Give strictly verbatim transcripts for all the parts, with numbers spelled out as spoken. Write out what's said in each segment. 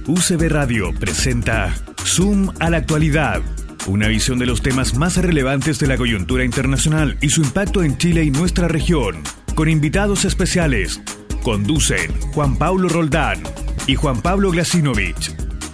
U C B Radio presenta Zoom a la actualidad, una visión de los temas más relevantes de la coyuntura internacional y su impacto en Chile y nuestra región, con invitados especiales. Conducen Juan Pablo Roldán y Juan Pablo Glasinovich.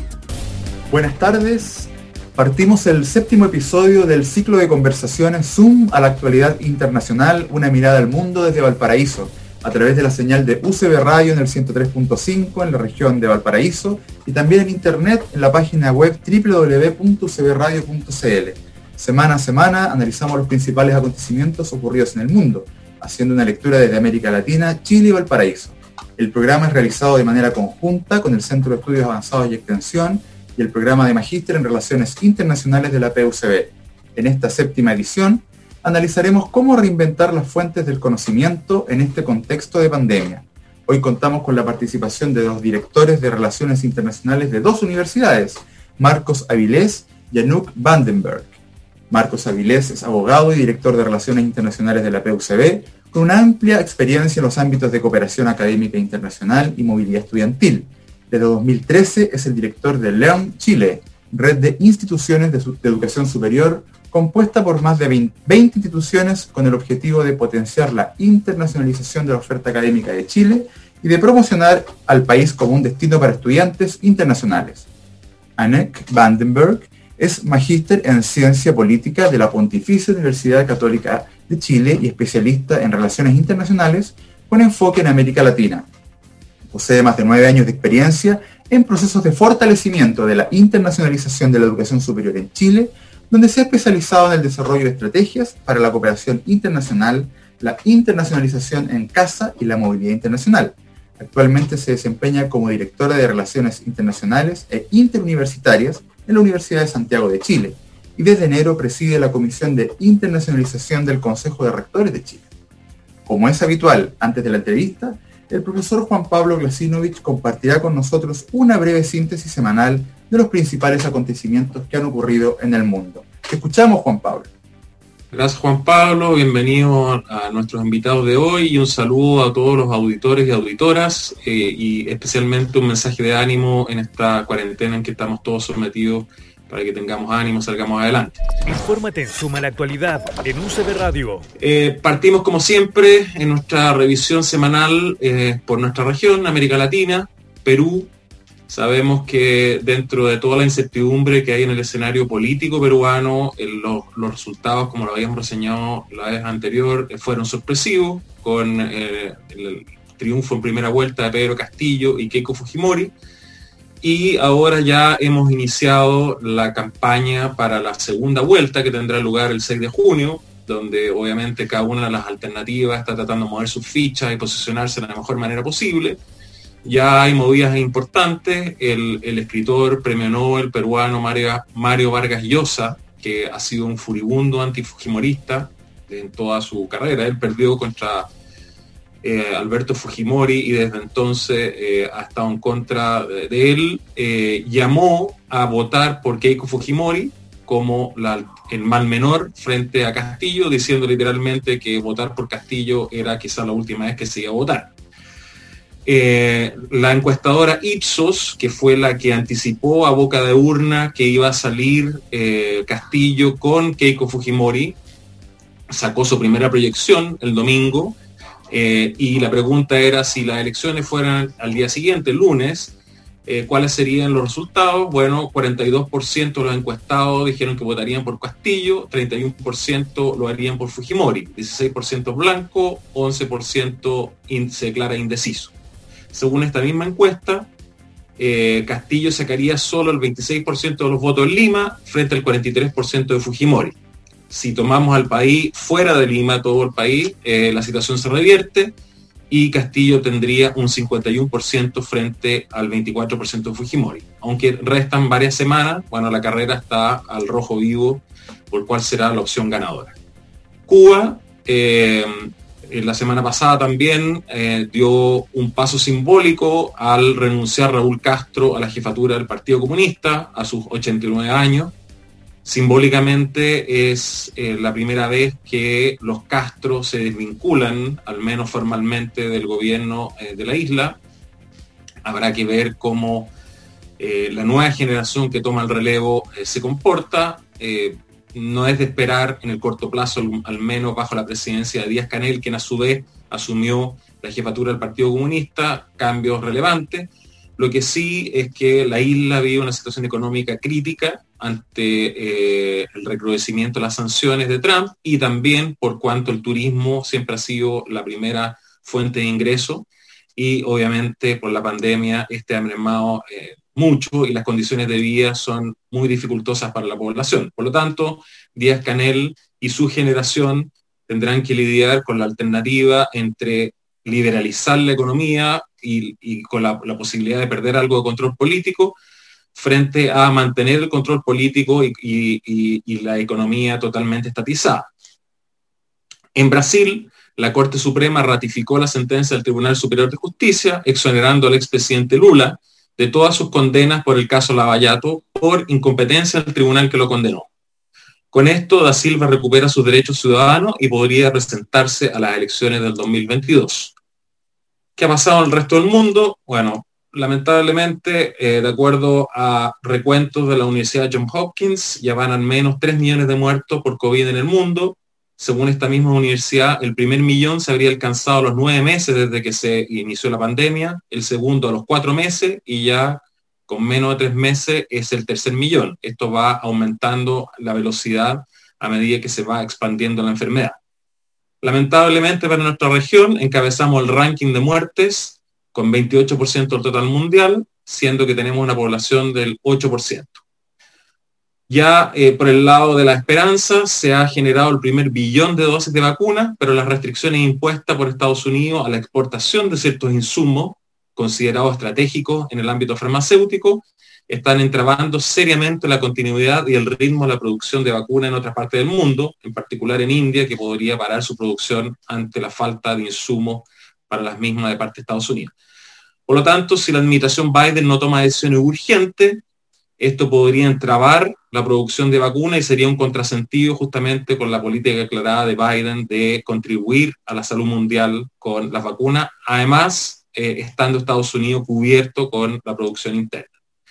Buenas tardes. Partimos el séptimo episodio del ciclo de conversaciones Zoom a la actualidad internacional, una mirada al mundo desde Valparaíso, a través de la señal de U C B Radio en el ciento tres punto cinco en la región de Valparaíso y también en internet en la página web doble u doble u doble u punto u c b radio punto c l. Semana a semana analizamos los principales acontecimientos ocurridos en el mundo, haciendo una lectura desde América Latina, Chile y Valparaíso. El programa es realizado de manera conjunta con el Centro de Estudios Avanzados y Extensión y el programa de Magíster en Relaciones Internacionales de la P U C B. En esta séptima edición, analizaremos cómo reinventar las fuentes del conocimiento en este contexto de pandemia. Hoy contamos con la participación de los directores de Relaciones Internacionales de dos universidades, Marcos Avilés y Anouk Vandenberg. Marcos Avilés es abogado y director de Relaciones Internacionales de la P U C B, con una amplia experiencia en los ámbitos de cooperación académica internacional y movilidad estudiantil. Desde dos mil trece es el director de LEARN Chile, red de instituciones de, su- de educación superior, compuesta por más de veinte instituciones con el objetivo de potenciar la internacionalización de la oferta académica de Chile y de promocionar al país como un destino para estudiantes internacionales. Anouk Vandenberg es magíster en Ciencia Política de la Pontificia Universidad Católica de Chile y especialista en Relaciones Internacionales con enfoque en América Latina. Posee más de nueve años de experiencia en procesos de fortalecimiento de la internacionalización de la educación superior en Chile, donde se ha especializado en el desarrollo de estrategias para la cooperación internacional, la internacionalización en casa y la movilidad internacional. Actualmente se desempeña como directora de Relaciones Internacionales e Interuniversitarias en la Universidad de Santiago de Chile y desde enero preside la Comisión de Internacionalización del Consejo de Rectores de Chile. Como es habitual, antes de la entrevista, el profesor Juan Pablo Glasinovich compartirá con nosotros una breve síntesis semanal de los principales acontecimientos que han ocurrido en el mundo. Te escuchamos, Juan Pablo. Gracias, Juan Pablo. Bienvenido a nuestros invitados de hoy y un saludo a todos los auditores y auditoras eh, y especialmente un mensaje de ánimo en esta cuarentena en que estamos todos sometidos para que tengamos ánimo, salgamos adelante. Infórmate en Zoom a la actualidad en U C B Radio. Eh, partimos como siempre en nuestra revisión semanal eh, por nuestra región, América Latina, Perú. Sabemos que dentro de toda la incertidumbre que hay en el escenario político peruano, el, los, los resultados, como lo habíamos reseñado la vez anterior, eh, fueron sorpresivos, con eh, el triunfo en primera vuelta de Pedro Castillo y Keiko Fujimori. Y ahora ya hemos iniciado la campaña para la segunda vuelta que tendrá lugar el seis de junio, donde obviamente cada una de las alternativas está tratando de mover sus fichas y posicionarse de la mejor manera posible. Ya hay movidas importantes. El, el escritor premio Nobel peruano Mario, Mario Vargas Llosa, que ha sido un furibundo antifujimorista en toda su carrera, él perdió contra Eh, Alberto Fujimori y desde entonces eh, ha estado en contra de, de él, eh, llamó a votar por Keiko Fujimori como la, el mal menor frente a Castillo, diciendo literalmente que votar por Castillo era quizá la última vez que se iba a votar. Eh, la encuestadora Ipsos, que fue la que anticipó a boca de urna que iba a salir eh, Castillo con Keiko Fujimori, sacó su primera proyección el domingo. Eh, y la pregunta era si las elecciones fueran al día siguiente, el lunes, eh, ¿cuáles serían los resultados? Bueno, cuarenta y dos por ciento de los encuestados dijeron que votarían por Castillo, treinta y uno por ciento lo harían por Fujimori, dieciséis por ciento blanco, once por ciento in, se declara indeciso. Según esta misma encuesta, eh, Castillo sacaría solo el veintiséis por ciento de los votos en Lima frente al cuarenta y tres por ciento de Fujimori. Si tomamos al país fuera de Lima, todo el país, eh, la situación se revierte y Castillo tendría un cincuenta y uno por ciento frente al veinticuatro por ciento de Fujimori. Aunque restan varias semanas, bueno, la carrera está al rojo vivo, por cuál será la opción ganadora. Cuba, eh, la semana pasada también eh, dio un paso simbólico al renunciar Raúl Castro a la jefatura del Partido Comunista a sus ochenta y nueve años. Simbólicamente es eh, la primera vez que los Castro se desvinculan, al menos formalmente, del gobierno eh, de la isla. Habrá que ver cómo eh, la nueva generación que toma el relevo eh, se comporta. Eh, no es de esperar en el corto plazo, al, al menos bajo la presidencia de Díaz-Canel, quien a su vez asumió la jefatura del Partido Comunista, cambios relevantes. Lo que sí es que la isla vive una situación económica crítica ante eh, el recrudecimiento de las sanciones de Trump y también por cuanto el turismo siempre ha sido la primera fuente de ingreso y obviamente por la pandemia este ha mermado eh, mucho y las condiciones de vida son muy dificultosas para la población. Por lo tanto, Díaz-Canel y su generación tendrán que lidiar con la alternativa entre liberalizar la economía y, y con la, la posibilidad de perder algo de control político frente a mantener el control político y, y, y, y la economía totalmente estatizada. En Brasil, la Corte Suprema ratificó la sentencia del Tribunal Superior de Justicia, exonerando al expresidente Lula de todas sus condenas por el caso Lava Jato por incompetencia del tribunal que lo condenó. Con esto, Da Silva recupera sus derechos ciudadanos y podría presentarse a las elecciones del dos mil veintidós. ¿Qué ha pasado en el resto del mundo? Bueno, lamentablemente, eh, de acuerdo a recuentos de la Universidad Johns Hopkins, ya van al menos tres millones de muertos por COVID en el mundo. Según esta misma universidad, el primer millón se habría alcanzado a los nueve meses desde que se inició la pandemia, el segundo a los cuatro meses y ya con menos de tres meses es el tercer millón. Esto va aumentando la velocidad a medida que se va expandiendo la enfermedad. Lamentablemente para nuestra región encabezamos el ranking de muertes con veintiocho por ciento del total mundial, siendo que tenemos una población del ocho por ciento. Ya eh, por el lado de la esperanza se ha generado el primer billón de dosis de vacuna, pero las restricciones impuestas por Estados Unidos a la exportación de ciertos insumos considerados estratégicos en el ámbito farmacéutico están entramando seriamente la continuidad y el ritmo de la producción de vacunas en otras partes del mundo, en particular en India, que podría parar su producción ante la falta de insumos para las mismas de parte de Estados Unidos. Por lo tanto, si la administración Biden no toma decisiones urgentes, esto podría entrabar la producción de vacunas y sería un contrasentido justamente con la política declarada de Biden de contribuir a la salud mundial con las vacunas, además eh, estando Estados Unidos cubierto con la producción interna.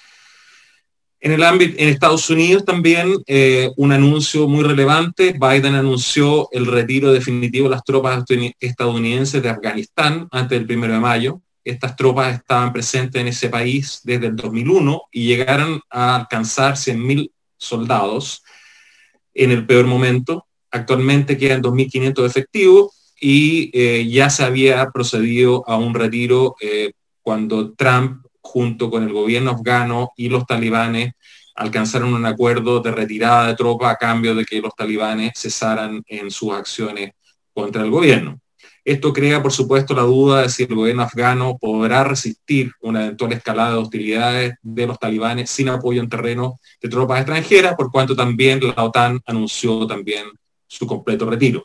En el ámbito, en Estados Unidos también eh, un anuncio muy relevante, Biden anunció el retiro definitivo de las tropas estadounidenses de Afganistán antes del primero de mayo. Estas tropas estaban presentes en ese país desde el dos mil uno y llegaron a alcanzar cien mil soldados en el peor momento. Actualmente quedan dos mil quinientos efectivos y eh, ya se había procedido a un retiro eh, cuando Trump, junto con el gobierno afgano y los talibanes, alcanzaron un acuerdo de retirada de tropas a cambio de que los talibanes cesaran en sus acciones contra el gobierno. Esto crea, por supuesto, la duda de si el gobierno afgano podrá resistir una eventual escalada de hostilidades de los talibanes sin apoyo en terreno de tropas extranjeras, por cuanto también la OTAN anunció también su completo retiro.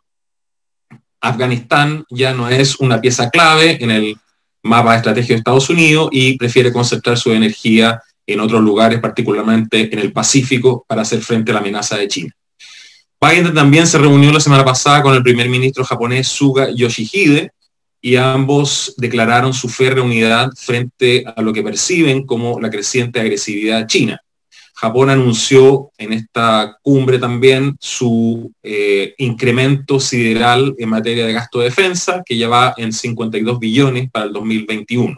Afganistán ya no es una pieza clave en el mapa de estrategia de Estados Unidos y prefiere concentrar su energía en otros lugares, particularmente en el Pacífico, para hacer frente a la amenaza de China. Biden también se reunió la semana pasada con el primer ministro japonés Suga Yoshihide y ambos declararon su férrea unidad frente a lo que perciben como la creciente agresividad china. Japón anunció en esta cumbre también su eh, incremento sideral en materia de gasto de defensa, que ya va en cincuenta y dos billones para el dos mil veintiuno.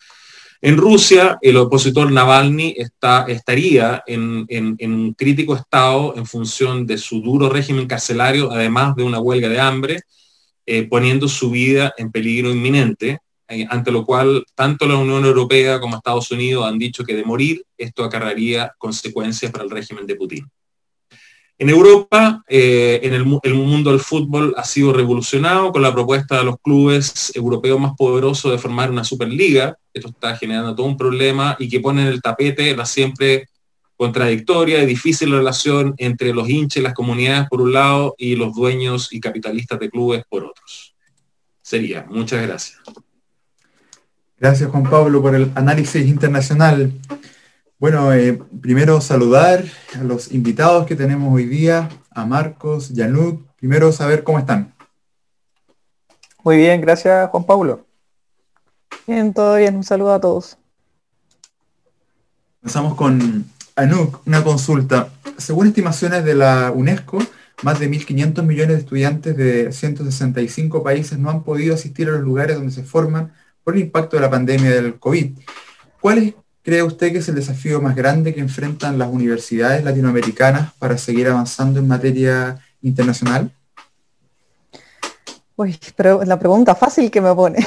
En Rusia, el opositor Navalny está, estaría en, en, en un crítico estado en función de su duro régimen carcelario, además de una huelga de hambre, eh, poniendo su vida en peligro inminente, eh, ante lo cual tanto la Unión Europea como Estados Unidos han dicho que de morir esto acarrearía consecuencias para el régimen de Putin. En Europa, eh, en el, el mundo del fútbol ha sido revolucionado con la propuesta de los clubes europeos más poderosos de formar una superliga. Esto está generando todo un problema y que pone en el tapete la siempre contradictoria y difícil relación entre los hinchas y las comunidades por un lado y los dueños y capitalistas de clubes por otros. Sería. Muchas gracias. Gracias, Juan Pablo, por el análisis internacional. Bueno, eh, primero saludar a los invitados que tenemos hoy día, a Marcos, Yanuk. Primero saber cómo están. Muy bien, gracias, Juan Pablo. Bien, todo bien, un saludo a todos. Comenzamos con Anouk, una consulta. Según estimaciones de la UNESCO, más de mil quinientos millones de estudiantes de ciento sesenta y cinco países no han podido asistir a los lugares donde se forman por el impacto de la pandemia del COVID. ¿Cuál es, cree usted que es el desafío más grande que enfrentan las universidades latinoamericanas para seguir avanzando en materia internacional? Uy, pero la pregunta fácil que me pone.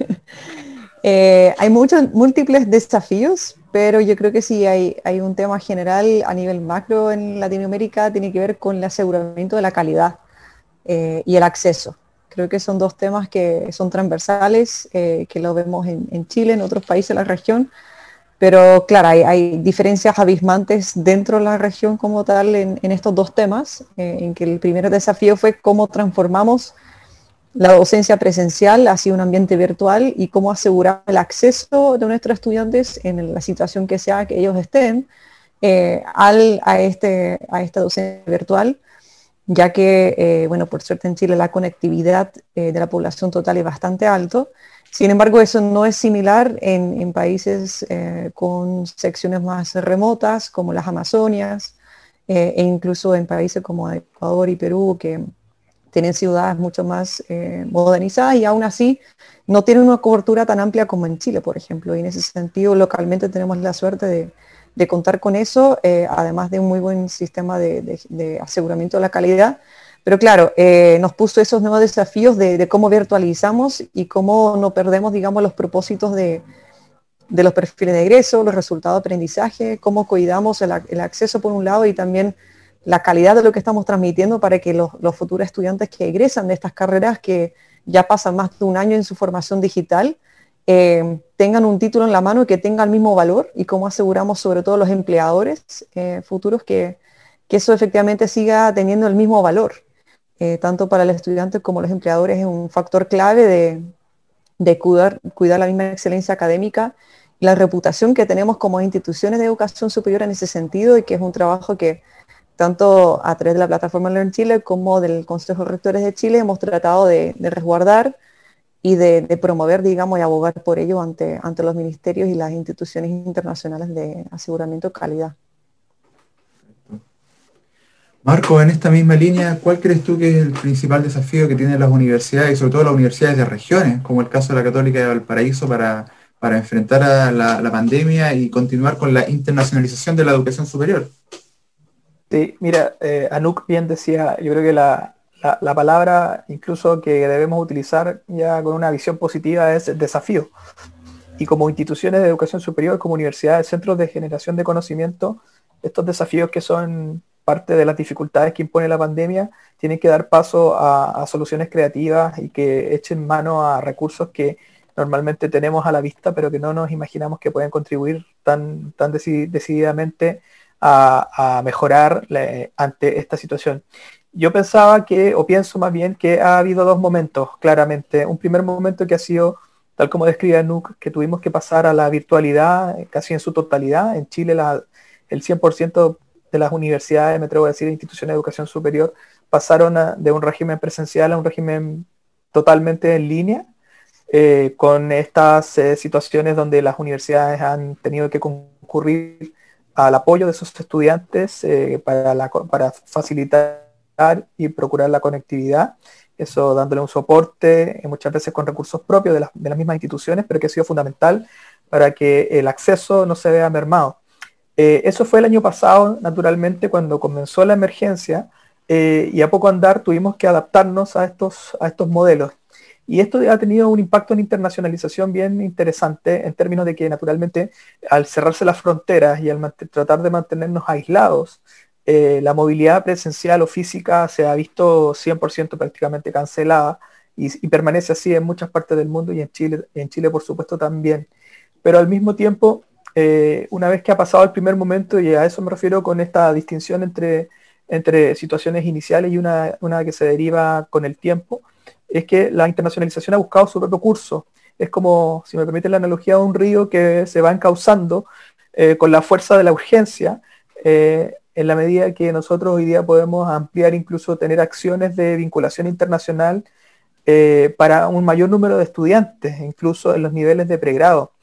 eh, hay muchos, múltiples desafíos, pero yo creo que sí hay, hay un tema general a nivel macro en Latinoamérica, tiene que ver con el aseguramiento de la calidad eh, y el acceso. Creo que son dos temas que son transversales, eh, que lo vemos en, en Chile, en otros países de la región, pero claro, hay, hay diferencias abismantes dentro de la región como tal en, en estos dos temas, eh, en que el primer desafío fue cómo transformamos la docencia presencial hacia un ambiente virtual y cómo asegurar el acceso de nuestros estudiantes en la situación que sea que ellos estén eh, al, a, este, a esta docencia virtual, ya que, eh, bueno, por suerte en Chile la conectividad eh, de la población total es bastante alto. Sin embargo, eso no es similar en, en países eh, con secciones más remotas, como las Amazonias, eh, e incluso en países como Ecuador y Perú, que tienen ciudades mucho más eh, modernizadas y aún así no tienen una cobertura tan amplia como en Chile, por ejemplo. Y en ese sentido, localmente tenemos la suerte de, de contar con eso, eh, además de un muy buen sistema de, de, de aseguramiento de la calidad. Pero claro, eh, nos puso esos nuevos desafíos de, de cómo virtualizamos y cómo no perdemos, digamos, los propósitos de, de los perfiles de egreso, los resultados de aprendizaje, cómo cuidamos el, el acceso por un lado y también la calidad de lo que estamos transmitiendo para que los, los futuros estudiantes que egresan de estas carreras, que ya pasan más de un año en su formación digital, eh, tengan un título en la mano y que tenga el mismo valor, y cómo aseguramos sobre todo los empleadores eh, futuros que, que eso efectivamente siga teniendo el mismo valor. Eh, tanto para el estudiante como los empleadores es un factor clave de, de cuidar, cuidar la misma excelencia académica y la reputación que tenemos como instituciones de educación superior en ese sentido, y que es un trabajo que tanto a través de la plataforma Learn Chile como del Consejo de Rectores de Chile hemos tratado de, de resguardar y de, de promover, digamos, y abogar por ello ante, ante los ministerios y las instituciones internacionales de aseguramiento de calidad. Marco, en esta misma línea, ¿cuál crees tú que es el principal desafío que tienen las universidades, y sobre todo las universidades de regiones, como el caso de la Católica de Valparaíso, para, para enfrentar a la, la pandemia y continuar con la internacionalización de la educación superior? Sí, mira, eh, Anouk bien decía, yo creo que la, la, la palabra incluso que debemos utilizar ya con una visión positiva es desafío. Y como instituciones de educación superior, como universidades, centros de generación de conocimiento, estos desafíos que son parte de las dificultades que impone la pandemia tienen que dar paso a, a soluciones creativas y que echen mano a recursos que normalmente tenemos a la vista, pero que no nos imaginamos que pueden contribuir tan, tan deci- decididamente A, a mejorar la, ante esta situación. Yo pensaba que, o pienso más bien, que ha habido dos momentos, claramente. Un primer momento que ha sido, tal como describe Anouk, que tuvimos que pasar a la virtualidad casi en su totalidad. En Chile la, el cien por ciento de las universidades, me atrevo a decir, instituciones de educación superior, pasaron a, de un régimen presencial a un régimen totalmente en línea, eh, con estas eh, situaciones donde las universidades han tenido que concurrir al apoyo de sus estudiantes eh, para, la, para facilitar y procurar la conectividad, eso dándole un soporte, eh, muchas veces con recursos propios de, la, de las mismas instituciones, pero que ha sido fundamental para que el acceso no se vea mermado. Eh, eso fue el año pasado, naturalmente, cuando comenzó la emergencia, eh, y a poco andar tuvimos que adaptarnos a estos, a estos modelos. Y esto ha tenido un impacto en internacionalización bien interesante, en términos de que naturalmente al cerrarse las fronteras y al tratar de mantenernos aislados, eh, la movilidad presencial o física se ha visto cien por ciento prácticamente cancelada, y, y permanece así en muchas partes del mundo, y en Chile, en Chile por supuesto también. Pero al mismo tiempo, eh, una vez que ha pasado el primer momento, y a eso me refiero con esta distinción entre, entre situaciones iniciales y una, una que se deriva con el tiempo, es que la internacionalización ha buscado su propio curso. Es como, si me permite la analogía, un río que se va encauzando eh, con la fuerza de la urgencia, eh, en la medida que nosotros hoy día podemos ampliar, incluso tener acciones de vinculación internacional eh, para un mayor número de estudiantes, incluso en los niveles de pregrado.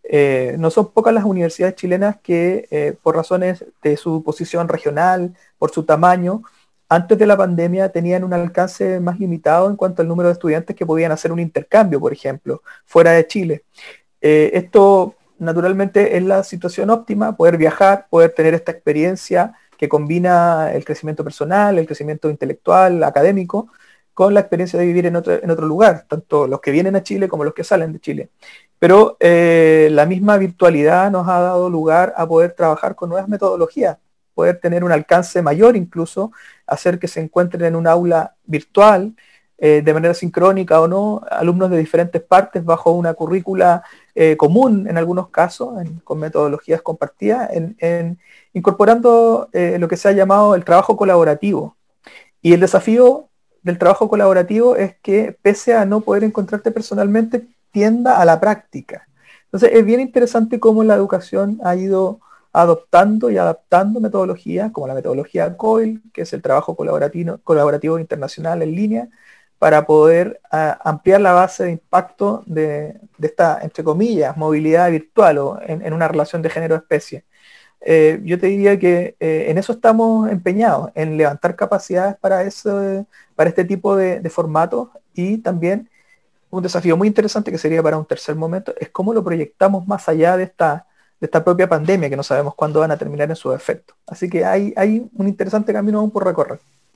Eh, no son pocas las universidades chilenas que, eh, por razones de su posición regional, por su tamaño, antes de la pandemia tenían un alcance más limitado en cuanto al número de estudiantes que podían hacer un intercambio, por ejemplo, fuera de Chile. Eh, esto, naturalmente, es la situación óptima, poder viajar, poder tener esta experiencia que combina el crecimiento personal, el crecimiento intelectual, académico, con la experiencia de vivir en otro, en otro lugar, tanto los que vienen a Chile como los que salen de Chile. Pero eh, la misma virtualidad nos ha dado lugar a poder trabajar con nuevas metodologías, poder tener un alcance mayor incluso, hacer que se encuentren en un aula virtual, eh, de manera sincrónica o no, alumnos de diferentes partes bajo una currícula eh, común en algunos casos, en, con metodologías compartidas, en, en, incorporando eh, lo que se ha llamado el trabajo colaborativo. Y el desafío del trabajo colaborativo es que, pese a no poder encontrarte personalmente, tienda a la práctica. Entonces es bien interesante cómo la educación ha ido adoptando y adaptando metodologías, como la metodología COIL, que es el trabajo colaborativo, colaborativo internacional en línea, para poder uh, ampliar la base de impacto de, de esta, entre comillas, movilidad virtual o en, en una relación de género-especie. Eh, yo te diría que eh, en eso estamos empeñados, en levantar capacidades para, eso, para este tipo de, de formatos, y también un desafío muy interesante que sería para un tercer momento es cómo lo proyectamos más allá de esta, de esta propia pandemia, que no sabemos cuándo van a terminar en sus efectos. Así que hay, hay un interesante camino aún por recorrer.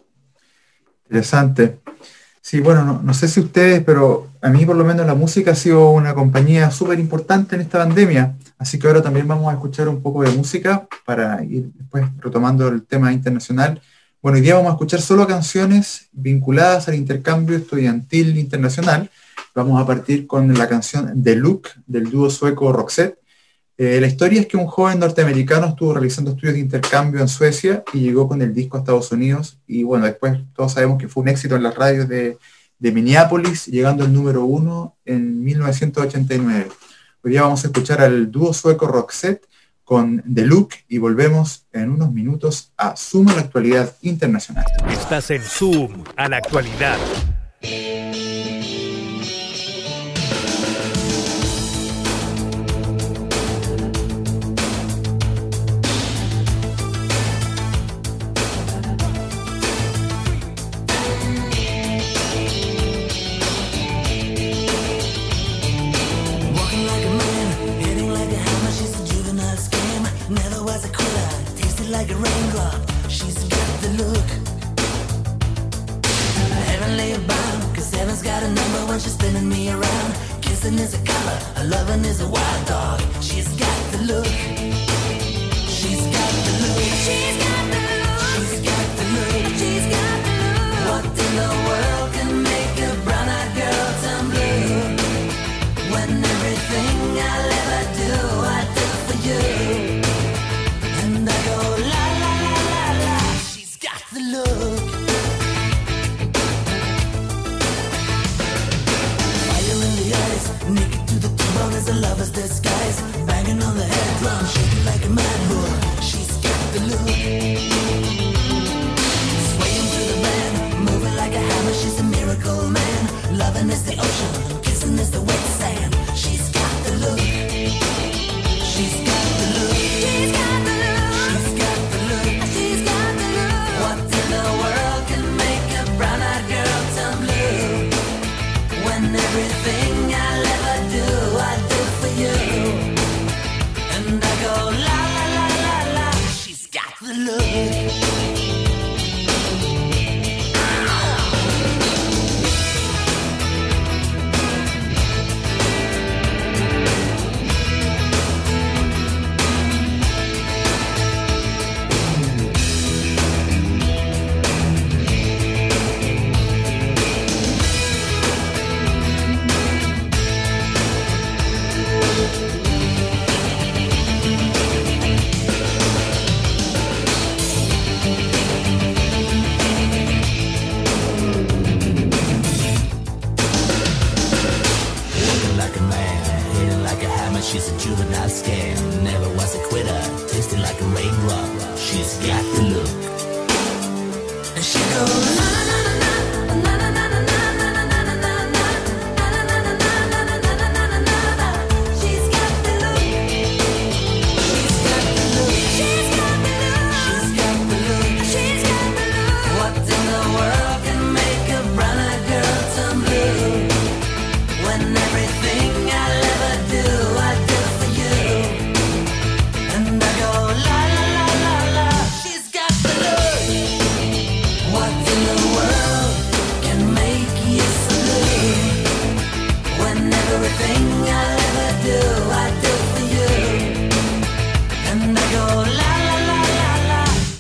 Interesante. Sí, bueno, no, no sé si ustedes, pero a mí por lo menos la música ha sido una compañía súper importante en esta pandemia. Así que ahora también vamos a escuchar un poco de música para ir después retomando el tema internacional. Bueno, hoy día vamos a escuchar solo canciones vinculadas al intercambio estudiantil internacional. Vamos a partir con la canción The Look del dúo sueco Roxette. Eh, la historia es que un joven norteamericano estuvo realizando estudios de intercambio en Suecia y llegó con el disco a Estados Unidos, y bueno, después todos sabemos que fue un éxito en las radios de, de Minneapolis, llegando al número uno en mil novecientos ochenta y nueve. Hoy día vamos a escuchar al dúo sueco Roxette con The Look y volvemos en unos minutos a Zoom a la actualidad internacional. Estás en Zoom a la actualidad. Like a raindrop, she's got the look. Heavenly bound, cause heaven's got a number when she's spinning me around. Kissing is a color, her loving is a wild dog. She's got the look. She's got the look. She's got the look. She's got the look. She's got the look. What in the world can make a brown-eyed girl turn blue? When everything I'll ever do, I do for you. And I go la la la la la. She's got the look. Fire in the eyes, naked to the bone as a lover's disguise. Banging on the head drum, shaking like a mad bull. She's got the look. Swaying through the band, moving like a hammer. She's a miracle man. Loving is the ocean, kissing is the wet sand. She's got the look. She's got the look. She's got the look. Everything I'll ever do, I do for you. And I go la la la la la. She's got the look. She's a juvenile scam, never was a quitter, tasting like a raindrop. She's got the look. And she goes na na na na na na na na na na na na na. She's got the look. and I go la la la la la.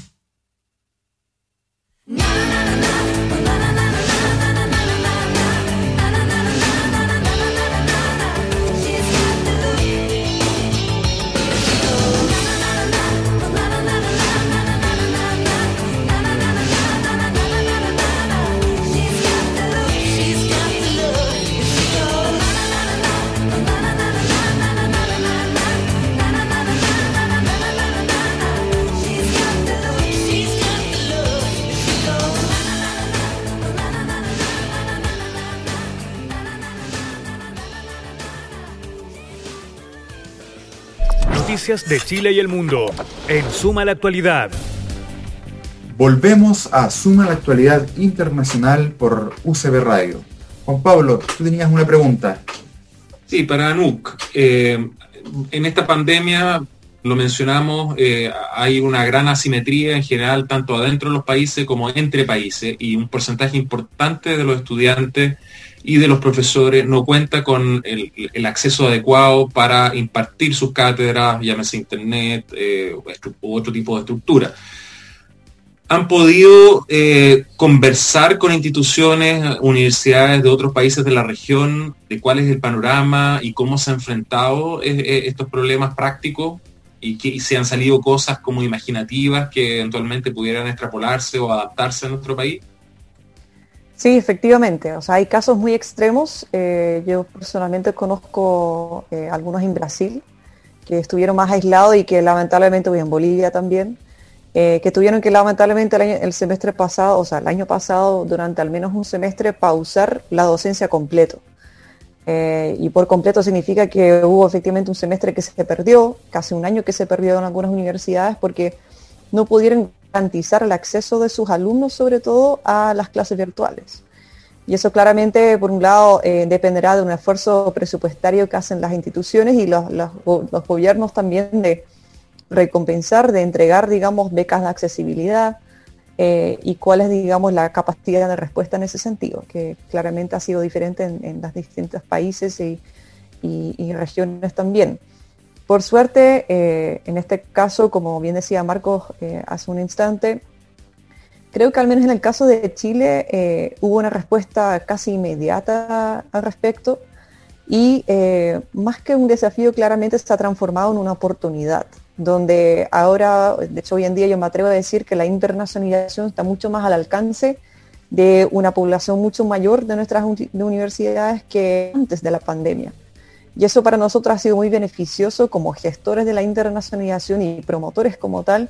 Na na na na na na na na na na na na na. She's got the look. She goes na na na na na na na na na na na na. She's got the look. She's got the look. She goes na na na na na na na na na na na na. Noticias de Chile y el mundo en Suma a la Actualidad. Volvemos a Suma a la Actualidad Internacional por U C B Radio. Juan Pablo, tú tenías una pregunta. Sí, para Anuk. Eh, en esta pandemia, lo mencionamos, eh, hay una gran asimetría en general, tanto adentro de los países como entre países, y un porcentaje importante de los estudiantes y de los profesores no cuenta con el, el acceso adecuado para impartir sus cátedras, llámese internet eh, u otro tipo de estructura. ¿Han podido eh, conversar con instituciones, universidades de otros países de la región de cuál es el panorama y cómo se han enfrentado eh, estos problemas prácticos y que y se han salido cosas como imaginativas que eventualmente pudieran extrapolarse o adaptarse a nuestro país? Sí, efectivamente. O sea, hay casos muy extremos. Eh, yo personalmente conozco eh, algunos en Brasil que estuvieron más aislados y que lamentablemente, y en Bolivia también, eh, que tuvieron que lamentablemente el, año, el semestre pasado, o sea, el año pasado, durante al menos un semestre, pausar la docencia completo. Eh, y por completo significa que hubo efectivamente un semestre que se perdió, casi un año que se perdió en algunas universidades porque no pudieron garantizar el acceso de sus alumnos, sobre todo a las clases virtuales. Y eso claramente, por un lado, eh, dependerá de un esfuerzo presupuestario que hacen las instituciones y los, los, los gobiernos también de recompensar, de entregar, digamos, becas de accesibilidad eh, y cuál es, digamos, la capacidad de respuesta en ese sentido, que claramente ha sido diferente en, en los distintos países y, y, y regiones también. Por suerte, eh, en este caso, como bien decía Marcos eh, hace un instante, creo que al menos en el caso de Chile eh, hubo una respuesta casi inmediata al respecto y eh, más que un desafío claramente se ha transformado en una oportunidad, donde ahora, de hecho hoy en día yo me atrevo a decir que la internacionalización está mucho más al alcance de una población mucho mayor de nuestras uni- de universidades que antes de la pandemia. Y eso para nosotros ha sido muy beneficioso como gestores de la internacionalización y promotores como tal,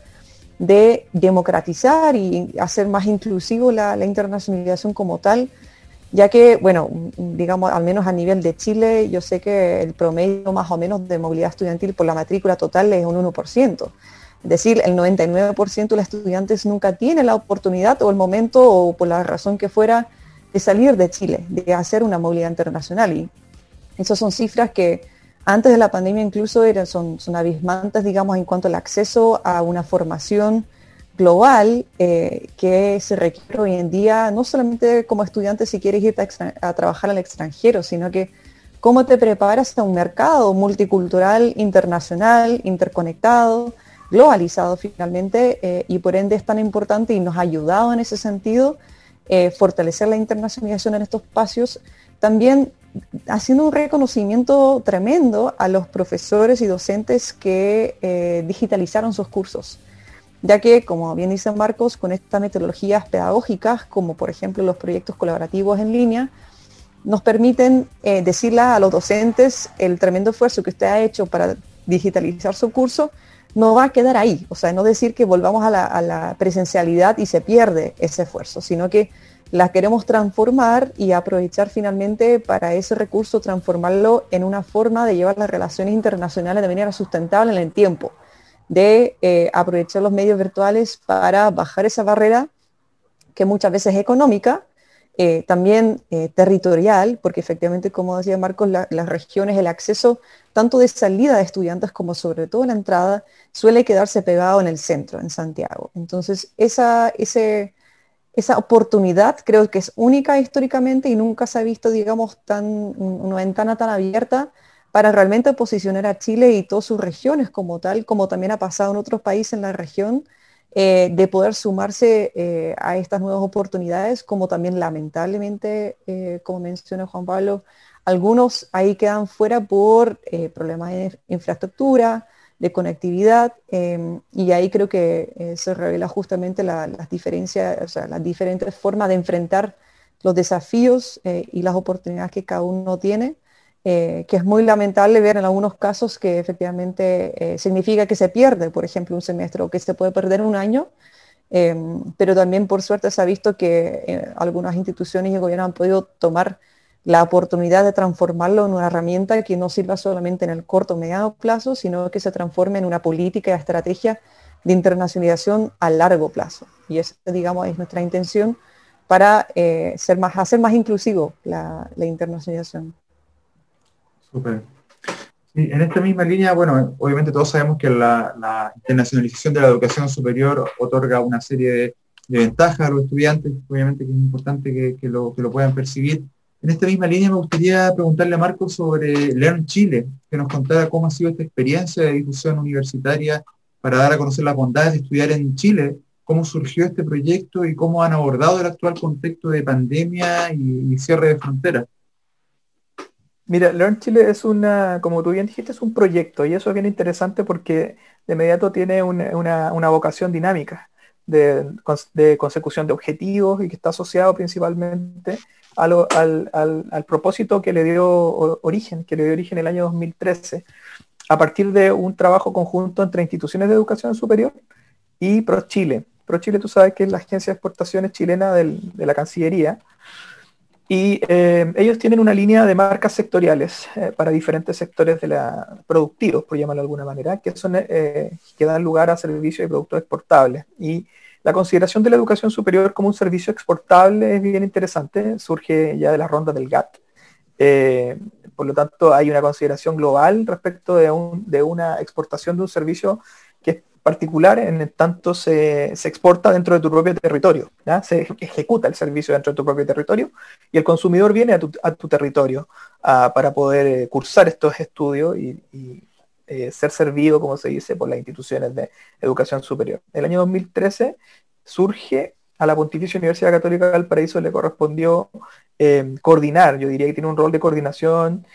de democratizar y hacer más inclusivo la, la internacionalización como tal, ya que, bueno, digamos, al menos a nivel de Chile, yo sé que el promedio más o menos de movilidad estudiantil por la matrícula total es un uno por ciento. Es decir, el noventa y nueve por ciento de los estudiantes nunca tienen la oportunidad o el momento o por la razón que fuera de salir de Chile, de hacer una movilidad internacional. Y esas son cifras que antes de la pandemia incluso eran, son, son abismantes, digamos, en cuanto al acceso a una formación global eh, que se requiere hoy en día, no solamente como estudiante si quieres irte a, extra- a trabajar al extranjero, sino que cómo te preparas a un mercado multicultural, internacional, interconectado, globalizado finalmente, eh, y por ende es tan importante y nos ha ayudado en ese sentido eh, fortalecer la internacionalización en estos espacios, también haciendo un reconocimiento tremendo a los profesores y docentes que eh, digitalizaron sus cursos, ya que, como bien dice Marcos, con estas metodologías pedagógicas, como por ejemplo los proyectos colaborativos en línea, nos permiten eh, decirle a los docentes el tremendo esfuerzo que usted ha hecho para digitalizar su curso no va a quedar ahí, o sea, no decir que volvamos a la, a la presencialidad y se pierde ese esfuerzo, sino que la queremos transformar y aprovechar finalmente para ese recurso, transformarlo en una forma de llevar las relaciones internacionales de manera sustentable en el tiempo, de eh, aprovechar los medios virtuales para bajar esa barrera que muchas veces es económica, eh, también eh, territorial, porque efectivamente, como decía Marcos, la, las regiones, el acceso tanto de salida de estudiantes como sobre todo la entrada, suele quedarse pegado en el centro, en Santiago. Entonces, esa, ese... Esa oportunidad creo que es única históricamente y nunca se ha visto, digamos, tan, una ventana tan abierta para realmente posicionar a Chile y todas sus regiones como tal, como también ha pasado en otros países en la región, eh, de poder sumarse eh, a estas nuevas oportunidades, como también lamentablemente, eh, como menciona Juan Pablo, algunos ahí quedan fuera por eh, problemas de infraestructura, de conectividad, eh, y ahí creo que eh, se revela justamente la, las diferencias, o sea, las diferentes formas de enfrentar los desafíos eh, y las oportunidades que cada uno tiene, eh, que es muy lamentable ver en algunos casos que efectivamente eh, significa que se pierde, por ejemplo, un semestre o que se puede perder un año, eh, pero también por suerte se ha visto que eh, algunas instituciones y el gobierno han podido tomar la oportunidad de transformarlo en una herramienta que no sirva solamente en el corto o mediano plazo, sino que se transforme en una política y estrategia de internacionalización a largo plazo. Y esa, digamos, es nuestra intención para eh, ser más, hacer más inclusivo la, la internacionalización. Súper. Sí, en esta misma línea, bueno, obviamente todos sabemos que la, la internacionalización de la educación superior otorga una serie de, de ventajas a los estudiantes, obviamente que es importante que, que, lo, que lo puedan percibir. En esta misma línea me gustaría preguntarle a Marco sobre Learn Chile, que nos contara cómo ha sido esta experiencia de difusión universitaria para dar a conocer las bondades de estudiar en Chile, cómo surgió este proyecto y cómo han abordado el actual contexto de pandemia y, y cierre de fronteras. Mira, Learn Chile es una, como tú bien dijiste, es un proyecto y eso es bien interesante porque de inmediato tiene una, una, una vocación dinámica de, de consecución de objetivos y que está asociado principalmente a lo, al, al, al propósito que le dio origen, que le dio origen el año dos mil trece, a partir de un trabajo conjunto entre instituciones de educación superior y ProChile. ProChile, tú sabes que es la agencia de exportaciones chilena del, de la Cancillería, y eh, ellos tienen una línea de marcas sectoriales eh, para diferentes sectores de la, productivos, por llamarlo de alguna manera, que, son, eh, que dan lugar a servicios y productos exportables. Y la consideración de la educación superior como un servicio exportable es bien interesante, surge ya de la ronda del G A T T. Eh, por lo tanto, hay una consideración global respecto de, un, de una exportación de un servicio que es particular en tanto se, se exporta dentro de tu propio territorio, ¿ya? Se ejecuta el servicio dentro de tu propio territorio y el consumidor viene a tu, a tu territorio uh, para poder eh, cursar estos estudios y, y eh, ser servido, como se dice, por las instituciones de educación superior. El año dos mil trece surge a la Pontificia Universidad Católica de Valparaíso, le correspondió eh, coordinar, yo diría que tiene un rol de coordinación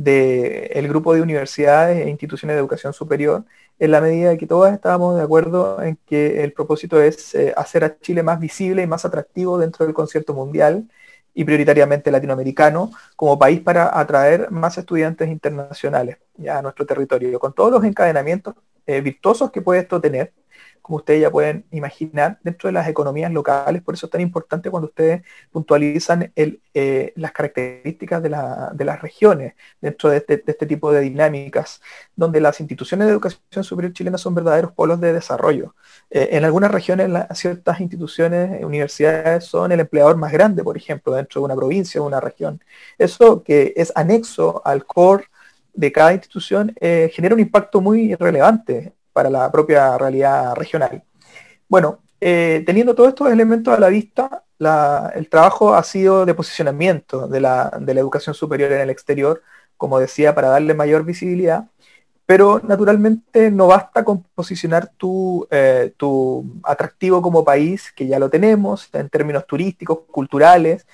del grupo de universidades e instituciones de educación superior, en la medida de que todas estábamos de acuerdo en que el propósito es eh, hacer a Chile más visible y más atractivo dentro del concierto mundial y prioritariamente latinoamericano como país para atraer más estudiantes internacionales ya a nuestro territorio, con todos los encadenamientos eh, virtuosos que puede esto tener, como ustedes ya pueden imaginar, dentro de las economías locales. Por eso es tan importante cuando ustedes puntualizan el, eh, las características de, la, de las regiones dentro de este, de este tipo de dinámicas, donde las instituciones de educación superior chilenas son verdaderos polos de desarrollo. Eh, en algunas regiones, la, ciertas instituciones, eh, universidades son el empleador más grande, por ejemplo, dentro de una provincia o una región. Eso que es anexo al core de cada institución eh, genera un impacto muy relevante para la propia realidad regional. Bueno, eh, teniendo todos estos elementos a la vista, la, el trabajo ha sido de posicionamiento de la, de la educación superior en el exterior, como decía, para darle mayor visibilidad, pero naturalmente no basta con posicionar tu, eh, tu atractivo como país, que ya lo tenemos, en términos turísticos, culturales,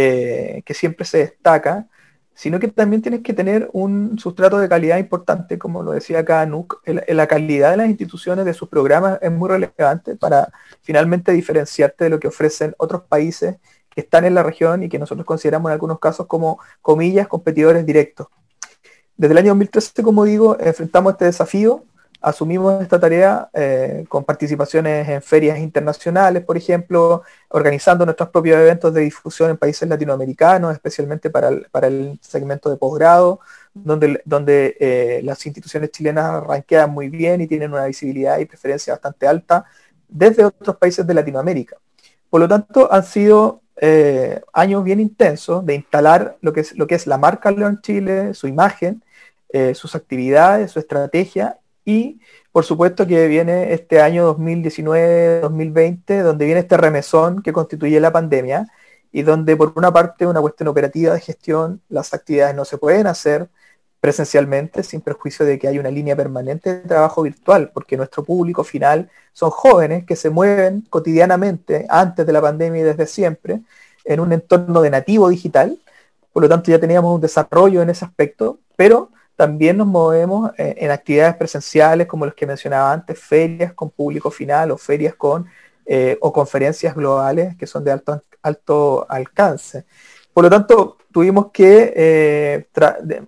eh, que siempre se destaca, sino que también tienes que tener un sustrato de calidad importante, como lo decía acá Anuc. La calidad de las instituciones, de sus programas, es muy relevante para finalmente diferenciarte de lo que ofrecen otros países que están en la región y que nosotros consideramos en algunos casos como, comillas, competidores directos. Desde el año dos mil trece, como digo, enfrentamos este desafío, asumimos esta tarea eh, con participaciones en ferias internacionales, por ejemplo, organizando nuestros propios eventos de difusión en países latinoamericanos, especialmente para el, para el segmento de posgrado, donde, donde eh, las instituciones chilenas ranquean muy bien y tienen una visibilidad y preferencia bastante alta desde otros países de Latinoamérica. Por lo tanto, han sido eh, años bien intensos de instalar lo que es, lo que es la marca Learn Chile, su imagen, eh, sus actividades, su estrategia. Y por supuesto que viene este año dos mil diecinueve dos mil veinte, donde viene este remesón que constituye la pandemia, y donde por una parte una cuestión operativa de gestión, las actividades no se pueden hacer, presencialmente, sin perjuicio de que hay una línea permanente de trabajo virtual, porque nuestro público final son jóvenes que se mueven cotidianamente, antes de la pandemia y desde siempre, en un entorno de nativo digital. Por lo tanto, ya teníamos un desarrollo en ese aspecto, pero también nos movemos en, en actividades presenciales, como los que mencionaba antes, ferias con público final o ferias con eh, o conferencias globales que son de alto, alto alcance. Por lo tanto, tuvimos que eh, tra- de,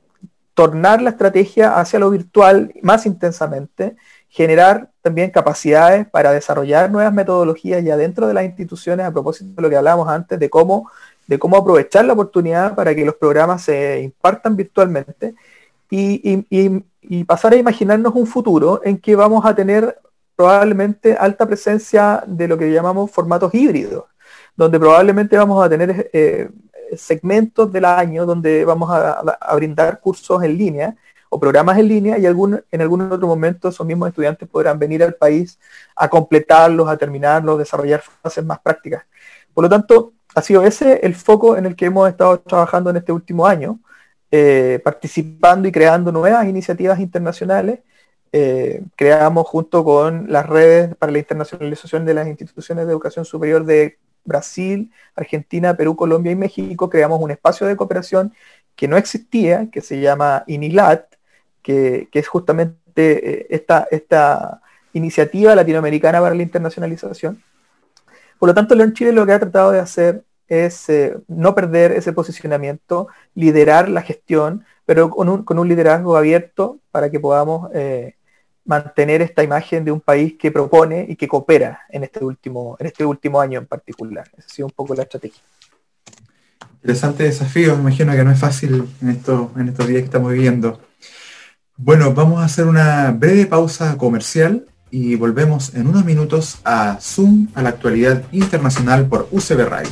tornar la estrategia hacia lo virtual más intensamente, generar también capacidades para desarrollar nuevas metodologías ya dentro de las instituciones, a propósito de lo que hablábamos antes, de cómo, de cómo aprovechar la oportunidad para que los programas se impartan virtualmente y, y, y, y pasar a imaginarnos un futuro en que vamos a tener probablemente alta presencia de lo que llamamos formatos híbridos, donde probablemente vamos a tener eh, segmentos del año donde vamos a, a brindar cursos en línea o programas en línea y algún, en algún otro momento esos mismos estudiantes podrán venir al país a completarlos, a terminarlos, desarrollar fases más prácticas. Por lo tanto, ha sido ese el foco en el que hemos estado trabajando en este último año, eh, participando y creando nuevas iniciativas internacionales. Eh, creamos junto con las redes para la internacionalización de las instituciones de educación superior de Brasil, Argentina, Perú, Colombia y México, creamos un espacio de cooperación que no existía, que se llama INILAT, que, que es justamente eh, esta, esta iniciativa latinoamericana para la internacionalización. Por lo tanto, Learn Chile lo que ha tratado de hacer es eh, no perder ese posicionamiento, liderar la gestión, pero con un, con un liderazgo abierto para que podamos eh, mantener esta imagen de un país que propone y que coopera en este último, en este último año en particular. Esa ha sido un poco la estrategia. Interesante desafío, me imagino que no es fácil en, esto, en estos días que estamos viviendo. Bueno, vamos a hacer una breve pausa comercial y volvemos en unos minutos a Zoom a la actualidad internacional por U C B Radio.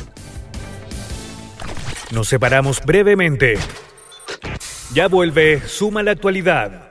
Nos separamos brevemente. Ya vuelve Zoom a la actualidad.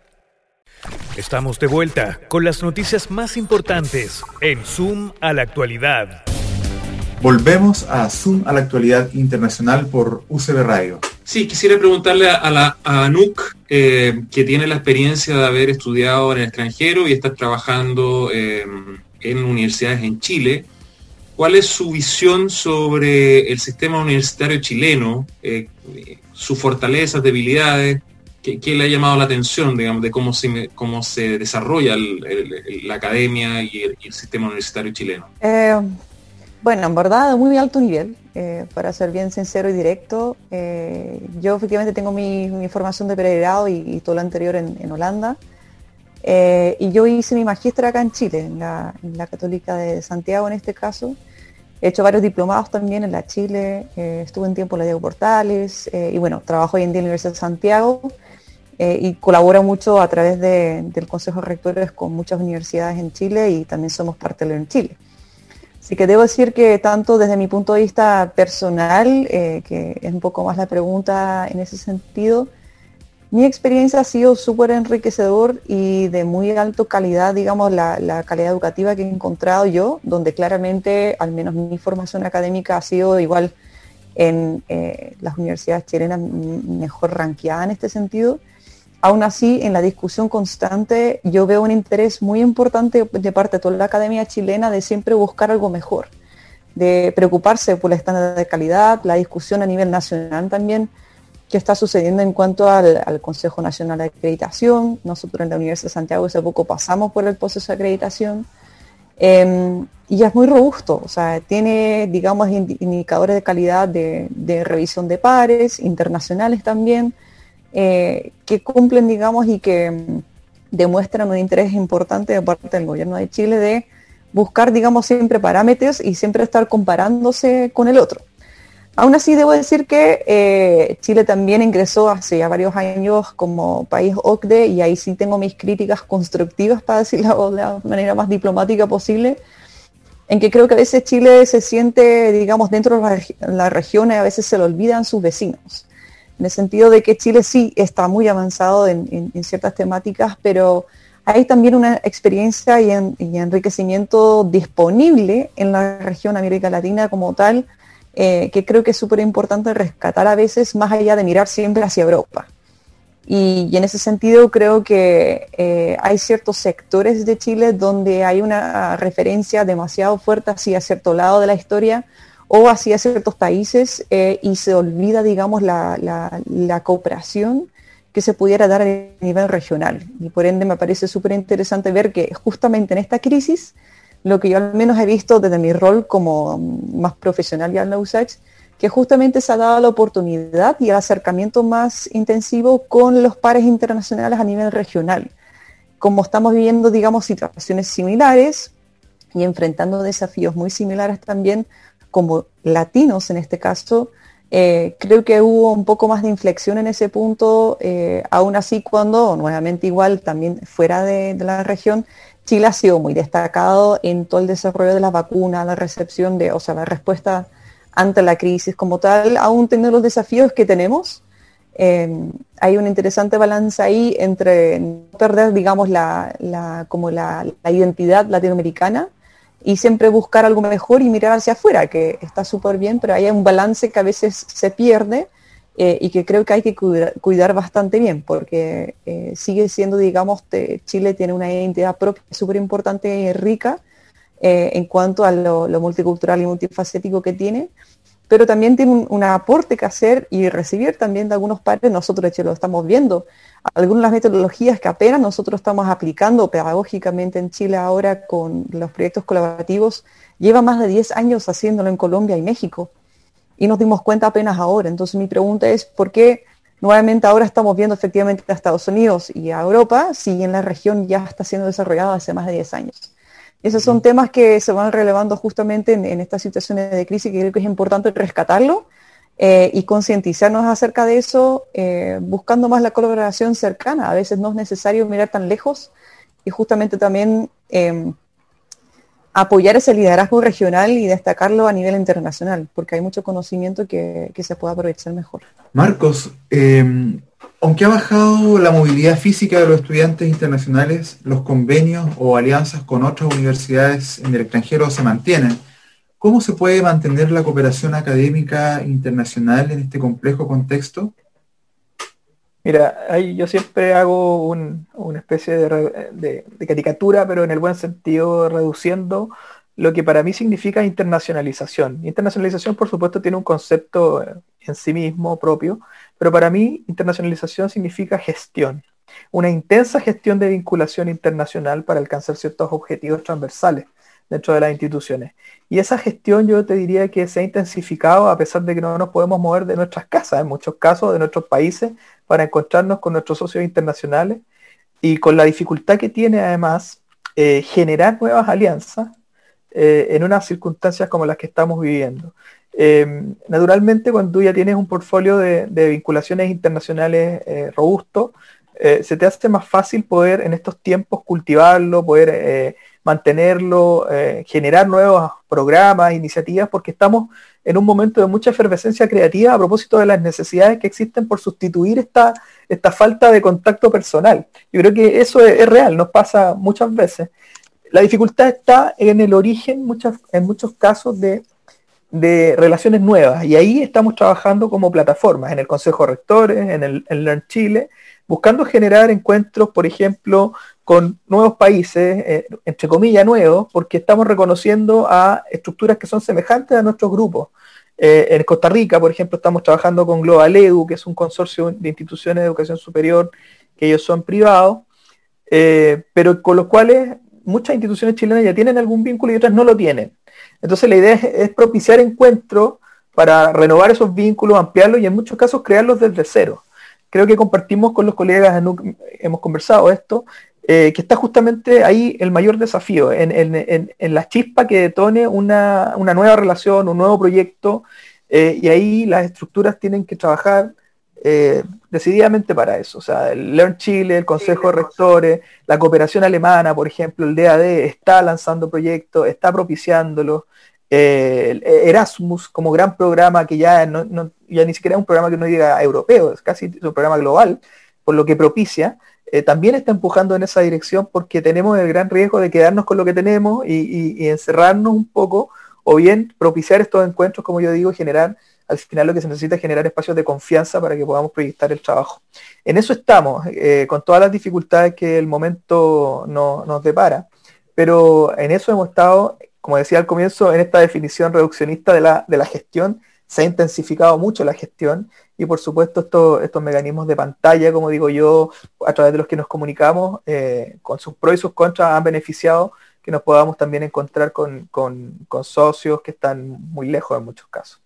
Estamos de vuelta con las noticias más importantes en Zoom a la actualidad. Volvemos a Zoom a la actualidad internacional por U C B Radio. Sí, quisiera preguntarle a, la, a Anouk, eh, que tiene la experiencia de haber estudiado en el extranjero y está trabajando eh, en universidades en Chile. ¿Cuál es su visión sobre el sistema universitario chileno, eh, sus fortalezas, debilidades? ¿Qué, ¿Qué le ha llamado la atención, digamos, de cómo se, cómo se desarrolla el, el, la academia y el, y el sistema universitario chileno? Eh, bueno, en verdad, de muy alto nivel, eh, para ser bien sincero y directo. Eh, yo efectivamente tengo mi, mi formación de pregrado y, y todo lo anterior en, en Holanda. Eh, y yo hice mi magíster acá en Chile, en la, en la Católica de Santiago en este caso. He hecho varios diplomados también en la Chile, eh, estuve un tiempo en la Diego Portales, eh, y bueno, trabajo hoy en día en la Universidad de Santiago. Eh, y colabora mucho a través de, del Consejo de Rectores con muchas universidades en Chile y también somos parte de Learn Chile. Así que debo decir que tanto desde mi punto de vista personal, eh, que es un poco más la pregunta en ese sentido, mi experiencia ha sido súper enriquecedor y de muy alta calidad, digamos, la, la calidad educativa que he encontrado yo, donde claramente, al menos mi formación académica ha sido igual en eh, las universidades chilenas mejor ranqueada en este sentido. Aún así, en la discusión constante, yo veo un interés muy importante de parte de toda la academia chilena de siempre buscar algo mejor, de preocuparse por el estándar de calidad, la discusión a nivel nacional también, que está sucediendo en cuanto al, al Consejo Nacional de Acreditación. Nosotros en la Universidad de Santiago hace poco pasamos por el proceso de acreditación, eh, y ya es muy robusto, o sea, tiene, digamos, indicadores de calidad de, de revisión de pares, internacionales también, Eh, que cumplen, digamos, y que mm, demuestran un interés importante de parte del gobierno de Chile de buscar, digamos, siempre parámetros y siempre estar comparándose con el otro. Aún así, debo decir que eh, Chile también ingresó hace ya varios años como país O C D E y ahí sí tengo mis críticas constructivas, para decirlo de la manera más diplomática posible, en que creo que a veces Chile se siente, digamos, dentro de la, reg- la región y a veces se le olvidan sus vecinos. En el sentido de que Chile sí está muy avanzado en, en, en ciertas temáticas, pero hay también una experiencia y, en, y enriquecimiento disponible en la región América Latina como tal, eh, que creo que es súper importante rescatar a veces, más allá de mirar siempre hacia Europa. Y, y en ese sentido creo que eh, hay ciertos sectores de Chile donde hay una referencia demasiado fuerte hacia cierto lado de la historia o hacia ciertos países eh, y se olvida, digamos, la, la, la cooperación que se pudiera dar a nivel regional. Y por ende me parece súper interesante ver que justamente en esta crisis, lo que yo al menos he visto desde mi rol como más profesional ya en la U S A C H, que justamente se ha dado la oportunidad y el acercamiento más intensivo con los pares internacionales a nivel regional. Como estamos viviendo, digamos, situaciones similares y enfrentando desafíos muy similares también como latinos en este caso, eh, creo que hubo un poco más de inflexión en ese punto, eh, aún así cuando, nuevamente igual, también fuera de, de la región, Chile ha sido muy destacado en todo el desarrollo de las vacunas, la recepción de, o sea, la respuesta ante la crisis como tal, aún teniendo los desafíos que tenemos. Eh, hay una interesante balanza ahí entre no perder, digamos, la, la, como la, la identidad latinoamericana y siempre buscar algo mejor y mirar hacia afuera, que está súper bien, pero hay un balance que a veces se pierde eh, y que creo que hay que cuidar, cuidar bastante bien, porque eh, sigue siendo, digamos, te, Chile tiene una identidad propia súper importante y rica, Eh, en cuanto a lo, lo multicultural y multifacético que tiene, pero también tiene un, un aporte que hacer y recibir también de algunos pares. Nosotros de hecho lo estamos viendo, algunas de las metodologías que apenas nosotros estamos aplicando pedagógicamente en Chile ahora con los proyectos colaborativos, lleva más de diez años haciéndolo en Colombia y México, y nos dimos cuenta apenas ahora. Entonces mi pregunta es, ¿por qué nuevamente ahora estamos viendo efectivamente a Estados Unidos y a Europa si en la región ya está siendo desarrollado hace más de diez años? Esos son temas que se van relevando justamente en, en estas situaciones de crisis, que creo que es importante rescatarlo eh, y concientizarnos acerca de eso, eh, buscando más la colaboración cercana. A veces no es necesario mirar tan lejos y justamente también eh, apoyar ese liderazgo regional y destacarlo a nivel internacional, porque hay mucho conocimiento que, que se puede aprovechar mejor. Marcos, eh, aunque ha bajado la movilidad física de los estudiantes internacionales, los convenios o alianzas con otras universidades en el extranjero se mantienen. ¿Cómo se puede mantener la cooperación académica internacional en este complejo contexto? Mira, ahí yo siempre hago un, una especie de, de, de caricatura, pero en el buen sentido, reduciendo lo que para mí significa internacionalización. Internacionalización, por supuesto, tiene un concepto en sí mismo propio, pero para mí internacionalización significa gestión, una intensa gestión de vinculación internacional para alcanzar ciertos objetivos transversales dentro de las instituciones. Y esa gestión yo te diría que se ha intensificado a pesar de que no nos podemos mover de nuestras casas, en muchos casos de nuestros países, para encontrarnos con nuestros socios internacionales, y con la dificultad que tiene además eh, generar nuevas alianzas eh, en unas circunstancias como las que estamos viviendo. Eh, naturalmente, cuando tú ya tienes un portfolio de, de vinculaciones internacionales eh, robusto, eh, se te hace más fácil poder en estos tiempos cultivarlo, poder eh, mantenerlo, eh, generar nuevos programas, iniciativas, porque estamos en un momento de mucha efervescencia creativa a propósito de las necesidades que existen por sustituir esta, esta falta de contacto personal. Yo creo que eso es, es real, nos pasa muchas veces. La dificultad está en el origen, muchas, en muchos casos, de, de relaciones nuevas, y ahí estamos trabajando como plataformas, en el Consejo de Rectores, en el en Learn Chile, buscando generar encuentros, por ejemplo, con nuevos países, eh, entre comillas nuevos, porque estamos reconociendo a estructuras que son semejantes a nuestros grupos. Eh, en Costa Rica, por ejemplo, estamos trabajando con Global Edu, que es un consorcio de instituciones de educación superior, que ellos son privados, eh, pero con los cuales muchas instituciones chilenas ya tienen algún vínculo y otras no lo tienen. Entonces la idea es, es propiciar encuentros para renovar esos vínculos, ampliarlos y en muchos casos crearlos desde cero. Creo que compartimos con los colegas, hemos conversado esto, eh, que está justamente ahí el mayor desafío, en, en, en, en la chispa que detone una, una nueva relación, un nuevo proyecto, eh, y ahí las estructuras tienen que trabajar eh, decididamente para eso. O sea, el Learn Chile, el Consejo de Rectores, la cooperación alemana, por ejemplo, el D A D está lanzando proyectos, está propiciándolos. Eh, Erasmus como gran programa que ya, no, no, ya ni siquiera es un programa que no diga europeo, es casi un programa global, por lo que propicia, eh, también está empujando en esa dirección, porque tenemos el gran riesgo de quedarnos con lo que tenemos y, y, y encerrarnos un poco, o bien propiciar estos encuentros, como yo digo, generar al final lo que se necesita es generar espacios de confianza para que podamos proyectar el trabajo. En eso estamos, eh, con todas las dificultades que el momento no, nos depara, pero en eso hemos estado, como decía al comienzo, en esta definición reduccionista de la, de la gestión. Se ha intensificado mucho la gestión y por supuesto estos, estos mecanismos de pantalla, como digo yo, a través de los que nos comunicamos, eh, con sus pros y sus contras, han beneficiado que nos podamos también encontrar con, con, con socios que están muy lejos en muchos casos.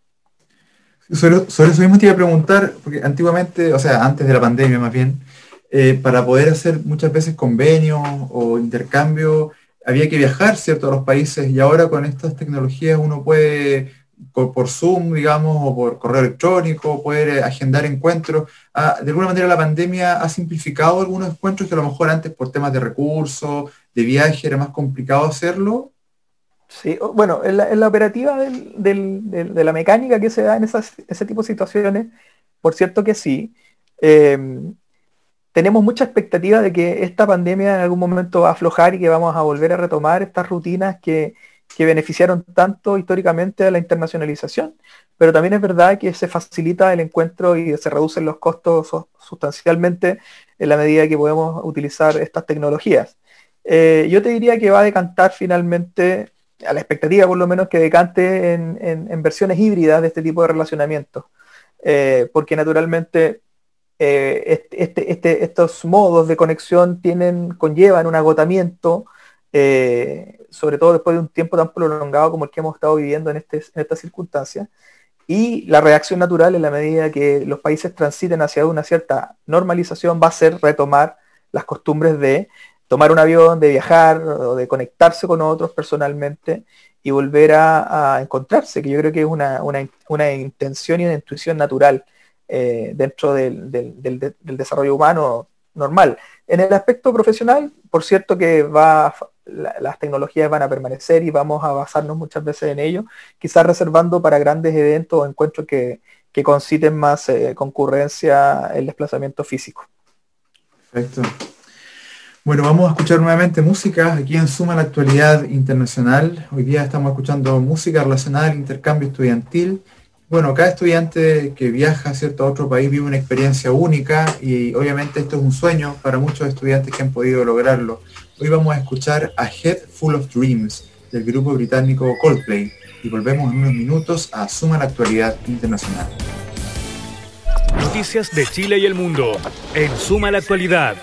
Sobre, sobre eso mismo te iba a preguntar, porque antiguamente, o sea, antes de la pandemia más bien, eh, para poder hacer muchas veces convenios o intercambio, había que viajar, ¿cierto?, a los países, y ahora con estas tecnologías uno puede, por Zoom, digamos, o por correo electrónico, poder agendar encuentros. Ah, de alguna manera la pandemia ha simplificado algunos encuentros que a lo mejor antes por temas de recursos, de viaje, era más complicado hacerlo. Sí, bueno, en la, en la operativa del, del, del, de la mecánica que se da en esas, ese tipo de situaciones, por cierto que sí. Eh, tenemos mucha expectativa de que esta pandemia en algún momento va a aflojar y que vamos a volver a retomar estas rutinas que que beneficiaron tanto históricamente a la internacionalización, pero también es verdad que se facilita el encuentro y se reducen los costos sustancialmente en la medida que podemos utilizar estas tecnologías. Eh, yo te diría que va a decantar finalmente, a la expectativa por lo menos, que decante en, en, en versiones híbridas de este tipo de relacionamiento, eh, porque naturalmente eh, este, este, estos modos de conexión tienen, conllevan un agotamiento, eh, sobre todo después de un tiempo tan prolongado como el que hemos estado viviendo en, este, en estas circunstancias, y la reacción natural en la medida que los países transiten hacia una cierta normalización va a ser retomar las costumbres de tomar un avión, de viajar, o de conectarse con otros personalmente y volver a, a encontrarse, que yo creo que es una, una, una intención y una intuición natural eh, dentro del, del, del, del desarrollo humano normal. En el aspecto profesional, por cierto que va... La, las tecnologías van a permanecer y vamos a basarnos muchas veces en ello, quizás reservando para grandes eventos o encuentros que, que conciten más eh, concurrencia el desplazamiento físico. Perfecto. Bueno, vamos a escuchar nuevamente música aquí en Suma la Actualidad Internacional. Hoy día estamos escuchando música relacionada al intercambio estudiantil. Bueno, cada estudiante que viaja, ¿cierto?, a otro país vive una experiencia única y obviamente esto es un sueño para muchos estudiantes que han podido lograrlo. Hoy vamos a escuchar A Head Full of Dreams del grupo británico Coldplay y volvemos en unos minutos a Suma la Actualidad Internacional. Noticias de Chile y el mundo en Suma la Actualidad.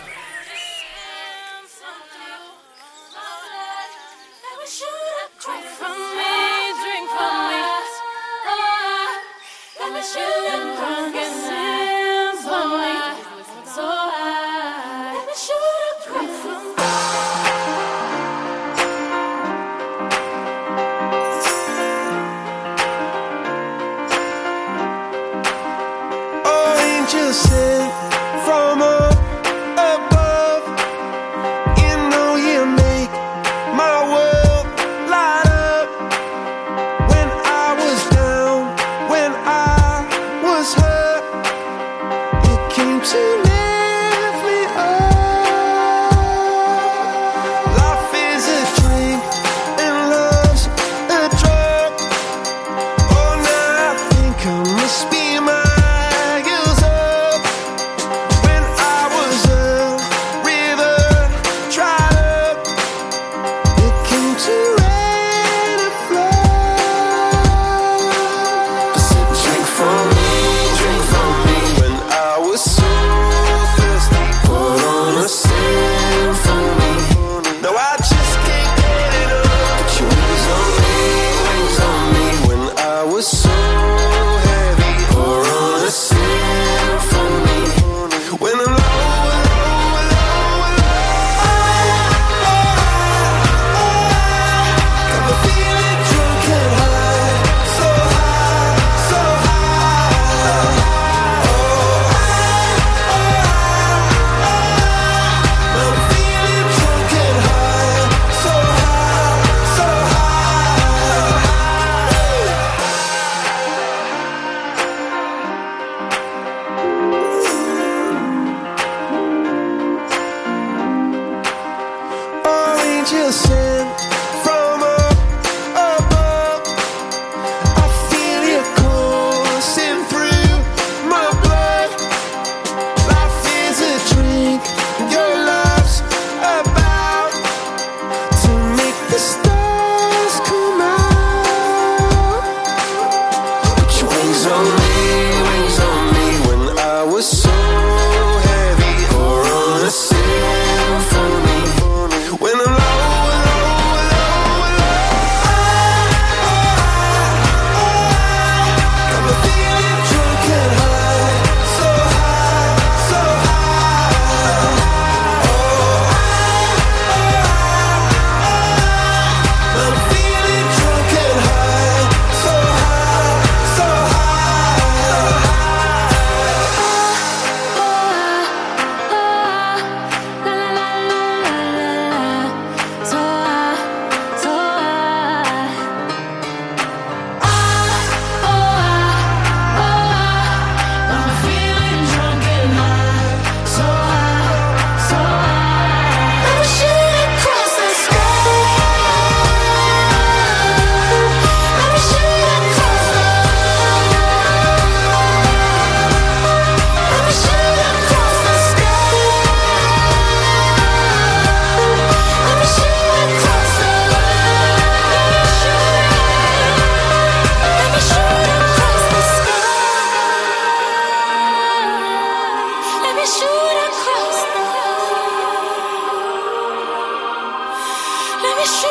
From up above, I feel your course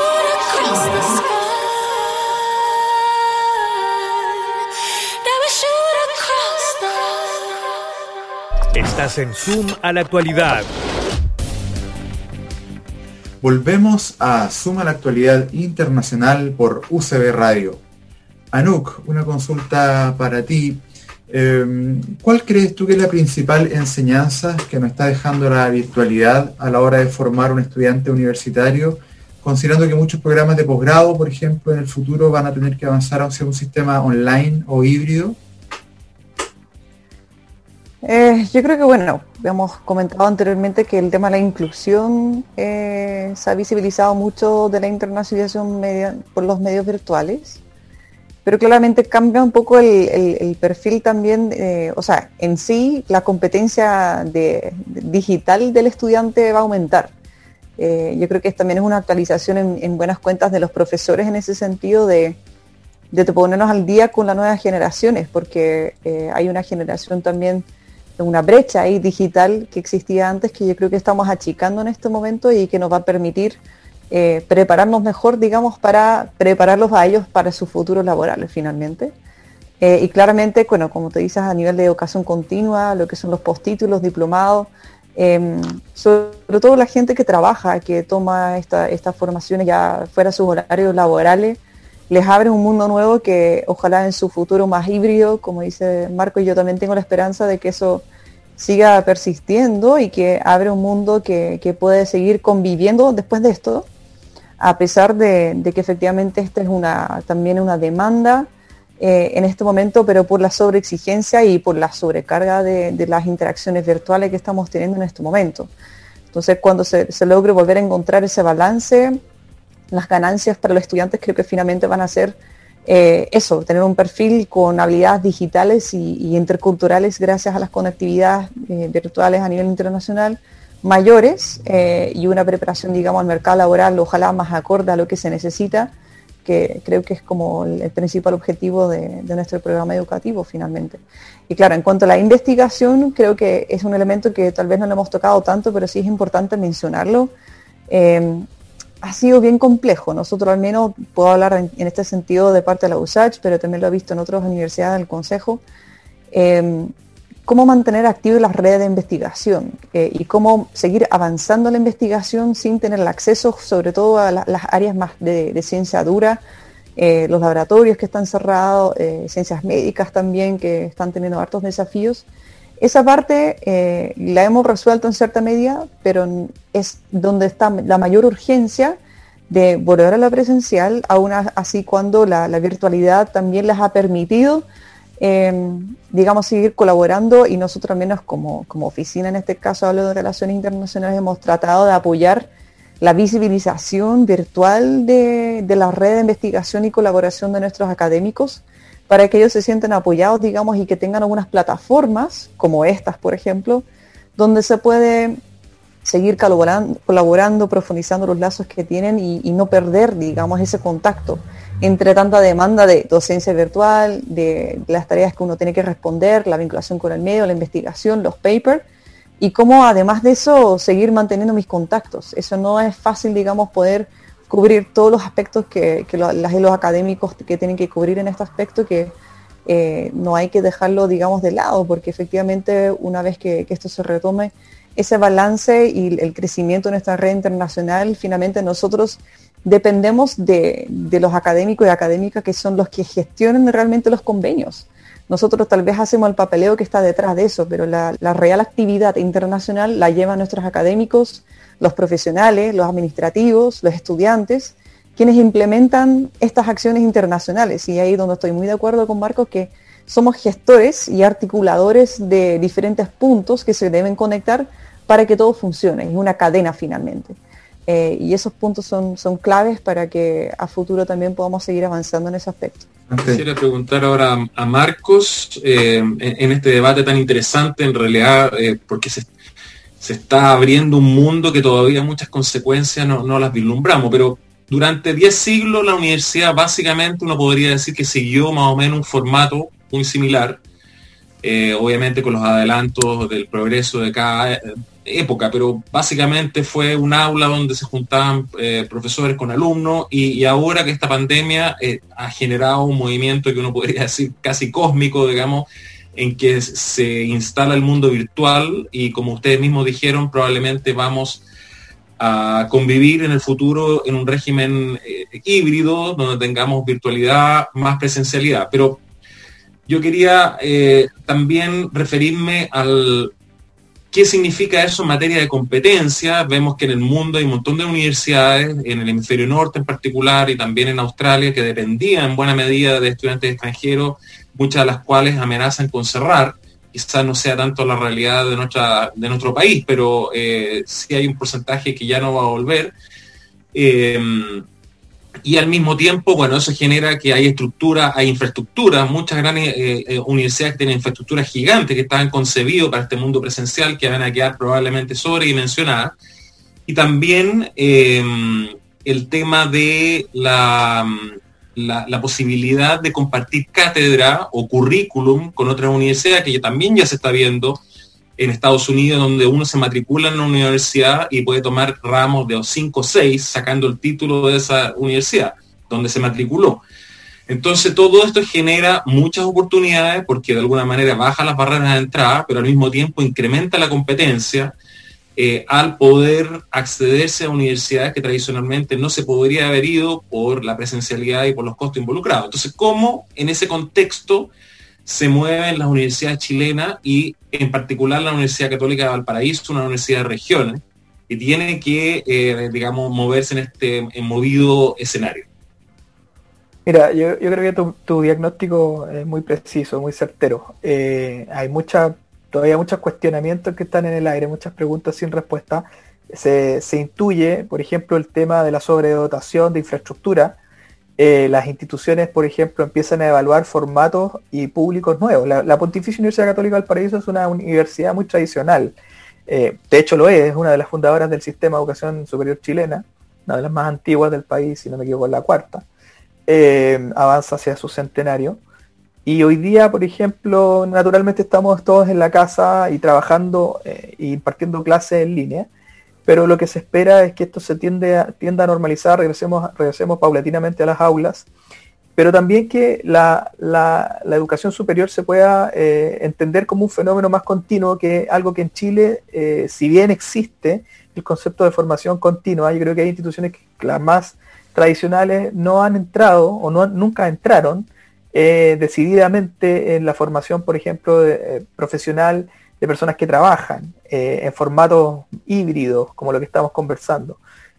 shoot across the sky. Never shoot across the... Estás en Zoom a la actualidad. Volvemos a Zoom a la actualidad internacional por U C B Radio. Anouk, una consulta para ti. Eh, ¿Cuál crees tú que es la principal enseñanza que nos está dejando la virtualidad a la hora de formar un estudiante universitario, considerando que muchos programas de posgrado, por ejemplo, en el futuro van a tener que avanzar hacia un sistema online o híbrido? Eh, yo creo que, bueno, hemos comentado anteriormente que el tema de la inclusión eh, se ha visibilizado mucho de la internacionalización media, por los medios virtuales, pero claramente cambia un poco el, el, el perfil también, eh, o sea, en sí la competencia de, de digital del estudiante va a aumentar. Eh, yo creo que también es una actualización en, en buenas cuentas de los profesores en ese sentido de, de ponernos al día con las nuevas generaciones, porque eh, hay una generación también, una brecha ahí digital que existía antes, que yo creo que estamos achicando en este momento y que nos va a permitir eh, prepararnos mejor, digamos, para prepararlos a ellos para sus futuros laborales finalmente. Eh, y claramente, bueno, como te dices, a nivel de educación continua, lo que son los postítulos, diplomados, eh, sobre todo la gente que trabaja, que toma esta, estas formaciones ya fuera de sus horarios laborales, les abre un mundo nuevo que ojalá en su futuro más híbrido, como dice Marco, y yo también tengo la esperanza de que eso siga persistiendo y que abre un mundo que, que puede seguir conviviendo después de esto, a pesar de, de que efectivamente esta es una, también una demanda eh, en este momento, pero por la sobreexigencia y por la sobrecarga de, de las interacciones virtuales que estamos teniendo en este momento. Entonces, cuando se, se logre volver a encontrar ese balance, las ganancias para los estudiantes creo que finalmente van a ser eh, eso, tener un perfil con habilidades digitales y, y interculturales gracias a las conectividades eh, virtuales a nivel internacional mayores eh, y una preparación, digamos, al mercado laboral, ojalá más acorde a lo que se necesita, que creo que es como el, el principal objetivo de, de nuestro programa educativo finalmente. Y claro, en cuanto a la investigación, creo que es un elemento que tal vez no lo hemos tocado tanto, pero sí es importante mencionarlo. Eh, ha sido bien complejo. Nosotros al menos, puedo hablar en, en este sentido de parte de la U S A C H, pero también lo he visto en otras universidades del Consejo, eh, cómo mantener activas las redes de investigación eh, y cómo seguir avanzando en la investigación sin tener el acceso sobre todo a la, las áreas más de, de ciencia dura, eh, los laboratorios que están cerrados, eh, ciencias médicas también que están teniendo hartos desafíos. Esa parte eh, la hemos resuelto en cierta medida, pero es donde está la mayor urgencia de volver a la presencial, aún así cuando la, la virtualidad también les ha permitido, eh, digamos, seguir colaborando, y nosotros al menos como, como oficina, en este caso hablo de Relaciones Internacionales, hemos tratado de apoyar la visibilización virtual de, de la red de investigación y colaboración de nuestros académicos, para que ellos se sientan apoyados, digamos, y que tengan algunas plataformas, como estas, por ejemplo, donde se puede seguir colaborando, colaborando profundizando los lazos que tienen y, y no perder, digamos, ese contacto entre tanta demanda de docencia virtual, de, de las tareas que uno tiene que responder, la vinculación con el medio, la investigación, los papers, y cómo además de eso seguir manteniendo mis contactos. Eso no es fácil, digamos, poder cubrir todos los aspectos que, que lo, las, los académicos que tienen que cubrir en este aspecto, que eh, no hay que dejarlo, digamos, de lado, porque efectivamente una vez que, que esto se retome, ese balance y el crecimiento de nuestra red internacional, finalmente nosotros dependemos de, de los académicos y académicas que son los que gestionan realmente los convenios. Nosotros tal vez hacemos el papeleo que está detrás de eso, pero la, la real actividad internacional la llevan nuestros académicos, los profesionales, los administrativos, los estudiantes, quienes implementan estas acciones internacionales. Y ahí donde estoy muy de acuerdo con Marcos, que somos gestores y articuladores de diferentes puntos que se deben conectar para que todo funcione. Es una cadena finalmente. Eh, y esos puntos son, son claves para que a futuro también podamos seguir avanzando en ese aspecto. Quisiera preguntar ahora a Marcos, eh, en, en este debate tan interesante, en realidad, eh, porque se, se está abriendo un mundo que todavía muchas consecuencias no, no las vislumbramos, pero durante diez siglos la universidad básicamente uno podría decir que siguió más o menos un formato muy similar, eh, obviamente con los adelantos del progreso de cada época, pero básicamente fue un aula donde se juntaban eh, profesores con alumnos y, y ahora que esta pandemia eh, ha generado un movimiento que uno podría decir casi cósmico, digamos, en que se instala el mundo virtual y como ustedes mismos dijeron, probablemente vamos a convivir en el futuro en un régimen eh, híbrido donde tengamos virtualidad más presencialidad. Pero yo quería eh, también referirme al qué significa eso en materia de competencia. Vemos que en el mundo hay un montón de universidades, en el hemisferio norte en particular y también en Australia, que dependían en buena medida de estudiantes extranjeros, muchas de las cuales amenazan con cerrar. Quizás no sea tanto la realidad de, nuestra, de nuestro país, pero eh, sí hay un porcentaje que ya no va a volver. Eh, y al mismo tiempo, bueno, eso genera que hay estructura, hay infraestructura, muchas grandes eh, eh, universidades que tienen infraestructuras gigantes que estaban concebidas para este mundo presencial, que van a quedar probablemente sobredimensionadas. Y también eh, el tema de la... La, la posibilidad de compartir cátedra o currículum con otras universidades, que también ya se está viendo en Estados Unidos, donde uno se matricula en una universidad y puede tomar ramos de cinco o seis sacando el título de esa universidad donde se matriculó. Entonces todo esto genera muchas oportunidades porque de alguna manera baja las barreras de entrada, pero al mismo tiempo incrementa la competencia Eh, al poder accederse a universidades que tradicionalmente no se podría haber ido por la presencialidad y por los costos involucrados. Entonces, ¿cómo en ese contexto se mueven las universidades chilenas y en particular la Universidad Católica de Valparaíso, una universidad de regiones, que tiene que, eh, digamos, moverse en este en movido escenario? Mira, yo, yo creo que tu, tu diagnóstico es muy preciso, muy certero. Eh, hay mucha Todavía muchos cuestionamientos que están en el aire, muchas preguntas sin respuesta. Se, se intuye, por ejemplo, el tema de la sobredotación de infraestructura. Eh, las instituciones, por ejemplo, empiezan a evaluar formatos y públicos nuevos. La, la Pontificia Universidad Católica del Valparaíso es una universidad muy tradicional. Eh, de hecho lo es, es una de las fundadoras del sistema de educación superior chilena, una de las más antiguas del país, si no me equivoco, es la cuarta. Eh, avanza hacia su centenario. Y hoy día, por ejemplo, naturalmente estamos todos en la casa y trabajando e eh, impartiendo clases en línea, pero lo que se espera es que esto se tiende a, tienda a normalizar, regresemos, regresemos paulatinamente a las aulas, pero también que la, la, la educación superior se pueda eh, entender como un fenómeno más continuo, que algo que en Chile, eh, si bien existe el concepto de formación continua, yo creo que hay instituciones que las más tradicionales no han entrado o no, nunca entraron Eh, decididamente en la formación, por ejemplo, de, eh, profesional de personas que trabajan eh, en formatos híbridos, como lo que estamos conversando.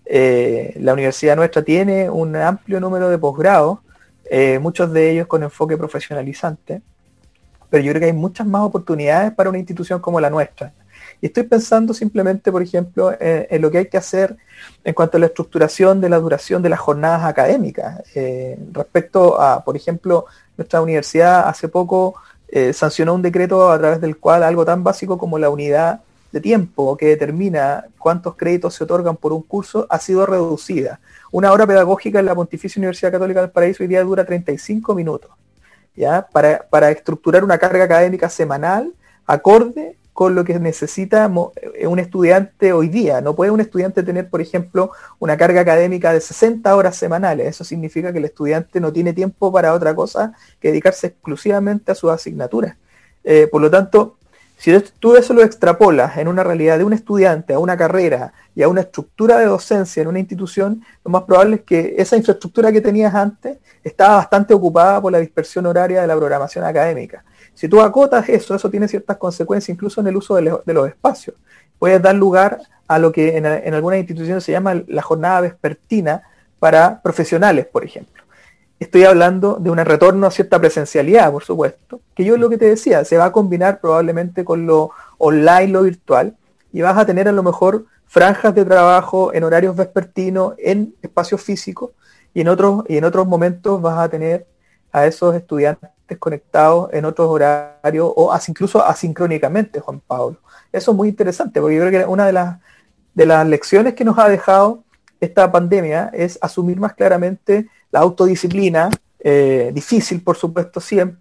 Eh, la universidad nuestra tiene un amplio número de posgrados, eh, muchos de ellos con enfoque profesionalizante, pero yo creo que hay muchas más oportunidades para una institución como la nuestra. Y estoy pensando simplemente, por ejemplo, eh, en lo que hay que hacer en cuanto a la estructuración de la duración de las jornadas académicas. Eh, respecto a, por ejemplo, nuestra universidad hace poco eh, sancionó un decreto a través del cual algo tan básico como la unidad de tiempo que determina cuántos créditos se otorgan por un curso ha sido reducida. Una hora pedagógica en la Pontificia Universidad Católica del Paraíso hoy día dura treinta y cinco minutos, ¿ya? Para, para estructurar una carga académica semanal acorde con lo que necesita un estudiante hoy día. No puede un estudiante tener, por ejemplo, una carga académica de sesenta horas semanales. Eso significa que el estudiante no tiene tiempo para otra cosa que dedicarse exclusivamente a sus asignaturas. Eh, por lo tanto, si tú eso lo extrapolas en una realidad de un estudiante a una carrera y a una estructura de docencia en una institución, lo más probable es que esa infraestructura que tenías antes estaba bastante ocupada por la dispersión horaria de la programación académica. Si tú acotas eso, eso tiene ciertas consecuencias incluso en el uso de, le- de los espacios. Puedes dar lugar a lo que en, en algunas instituciones se llama la jornada vespertina para profesionales, por ejemplo. Estoy hablando de un retorno a cierta presencialidad, por supuesto, que yo lo que te decía, se va a combinar probablemente con lo online, lo virtual, y vas a tener a lo mejor franjas de trabajo en horarios vespertinos, en espacios físicos, y en otros, y en otros momentos vas a tener a esos estudiantes conectados en otros horarios o as, incluso asincrónicamente, Juan Pablo. Eso es muy interesante, porque yo creo que una de las, de las lecciones que nos ha dejado esta pandemia es asumir más claramente la autodisciplina, eh, difícil por supuesto siempre,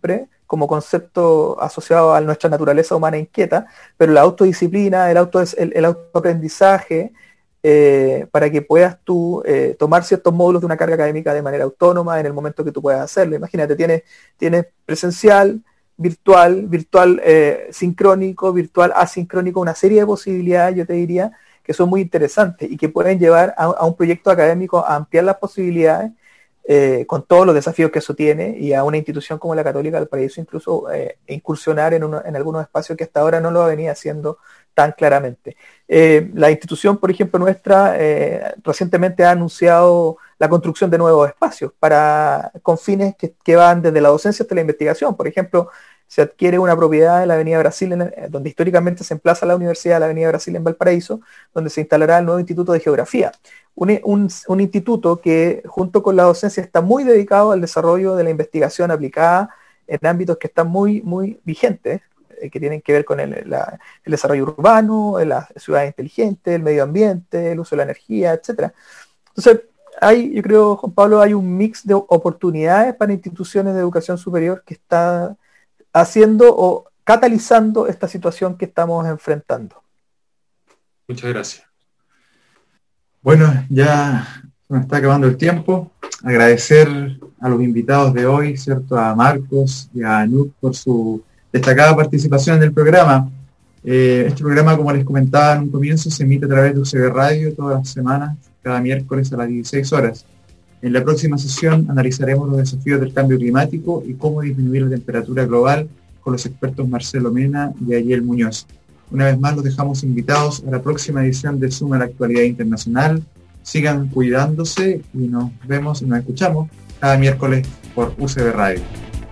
como concepto asociado a nuestra naturaleza humana inquieta, pero la autodisciplina, el, auto, el, el autoaprendizaje, eh, para que puedas tú eh, tomar ciertos módulos de una carga académica de manera autónoma en el momento que tú puedas hacerlo. Imagínate, tienes, tienes presencial, virtual, virtual eh, sincrónico, virtual asincrónico, una serie de posibilidades, yo te diría, que son muy interesantes y que pueden llevar a, a un proyecto académico a ampliar las posibilidades eh, con todos los desafíos que eso tiene, y a una institución como la Católica del Paraíso incluso eh, incursionar en, uno, en algunos espacios que hasta ahora no lo venía haciendo tan claramente. Eh, la institución, por ejemplo, nuestra, eh, recientemente ha anunciado la construcción de nuevos espacios para, con fines que, que van desde la docencia hasta la investigación. Por ejemplo, se adquiere una propiedad en la Avenida Brasil, en, donde históricamente se emplaza la Universidad de la Avenida Brasil en Valparaíso, donde se instalará el nuevo Instituto de Geografía. Un, un, un instituto que, junto con la docencia, está muy dedicado al desarrollo de la investigación aplicada en ámbitos que están muy, muy vigentes, eh, que tienen que ver con el, la, el desarrollo urbano, la ciudad inteligente, el medio ambiente, el uso de la energía, etcétera. Entonces, hay, yo creo, Juan Pablo, hay un mix de oportunidades para instituciones de educación superior que está haciendo o catalizando esta situación que estamos enfrentando. Muchas gracias. Bueno, ya se nos está acabando el tiempo. Agradecer a los invitados de hoy, ¿cierto? A Marcos y a Anuk por su destacada participación en el programa. Eh, este programa, como les comentaba en un comienzo, se emite a través de U C B Radio todas las semanas, cada miércoles a las dieciséis horas. En la próxima sesión analizaremos los desafíos del cambio climático y cómo disminuir la temperatura global con los expertos Marcelo Mena y Ayel Muñoz. Una vez más los dejamos invitados a la próxima edición de Zoom a la Actualidad Internacional. Sigan cuidándose y nos vemos y nos escuchamos cada miércoles por U C B Radio.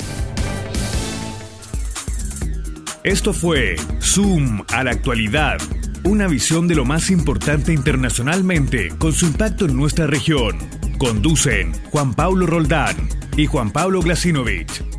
Esto fue Zoom a la Actualidad, una visión de lo más importante internacionalmente con su impacto en nuestra región. Conducen Juan Pablo Roldán y Juan Pablo Glasinovich.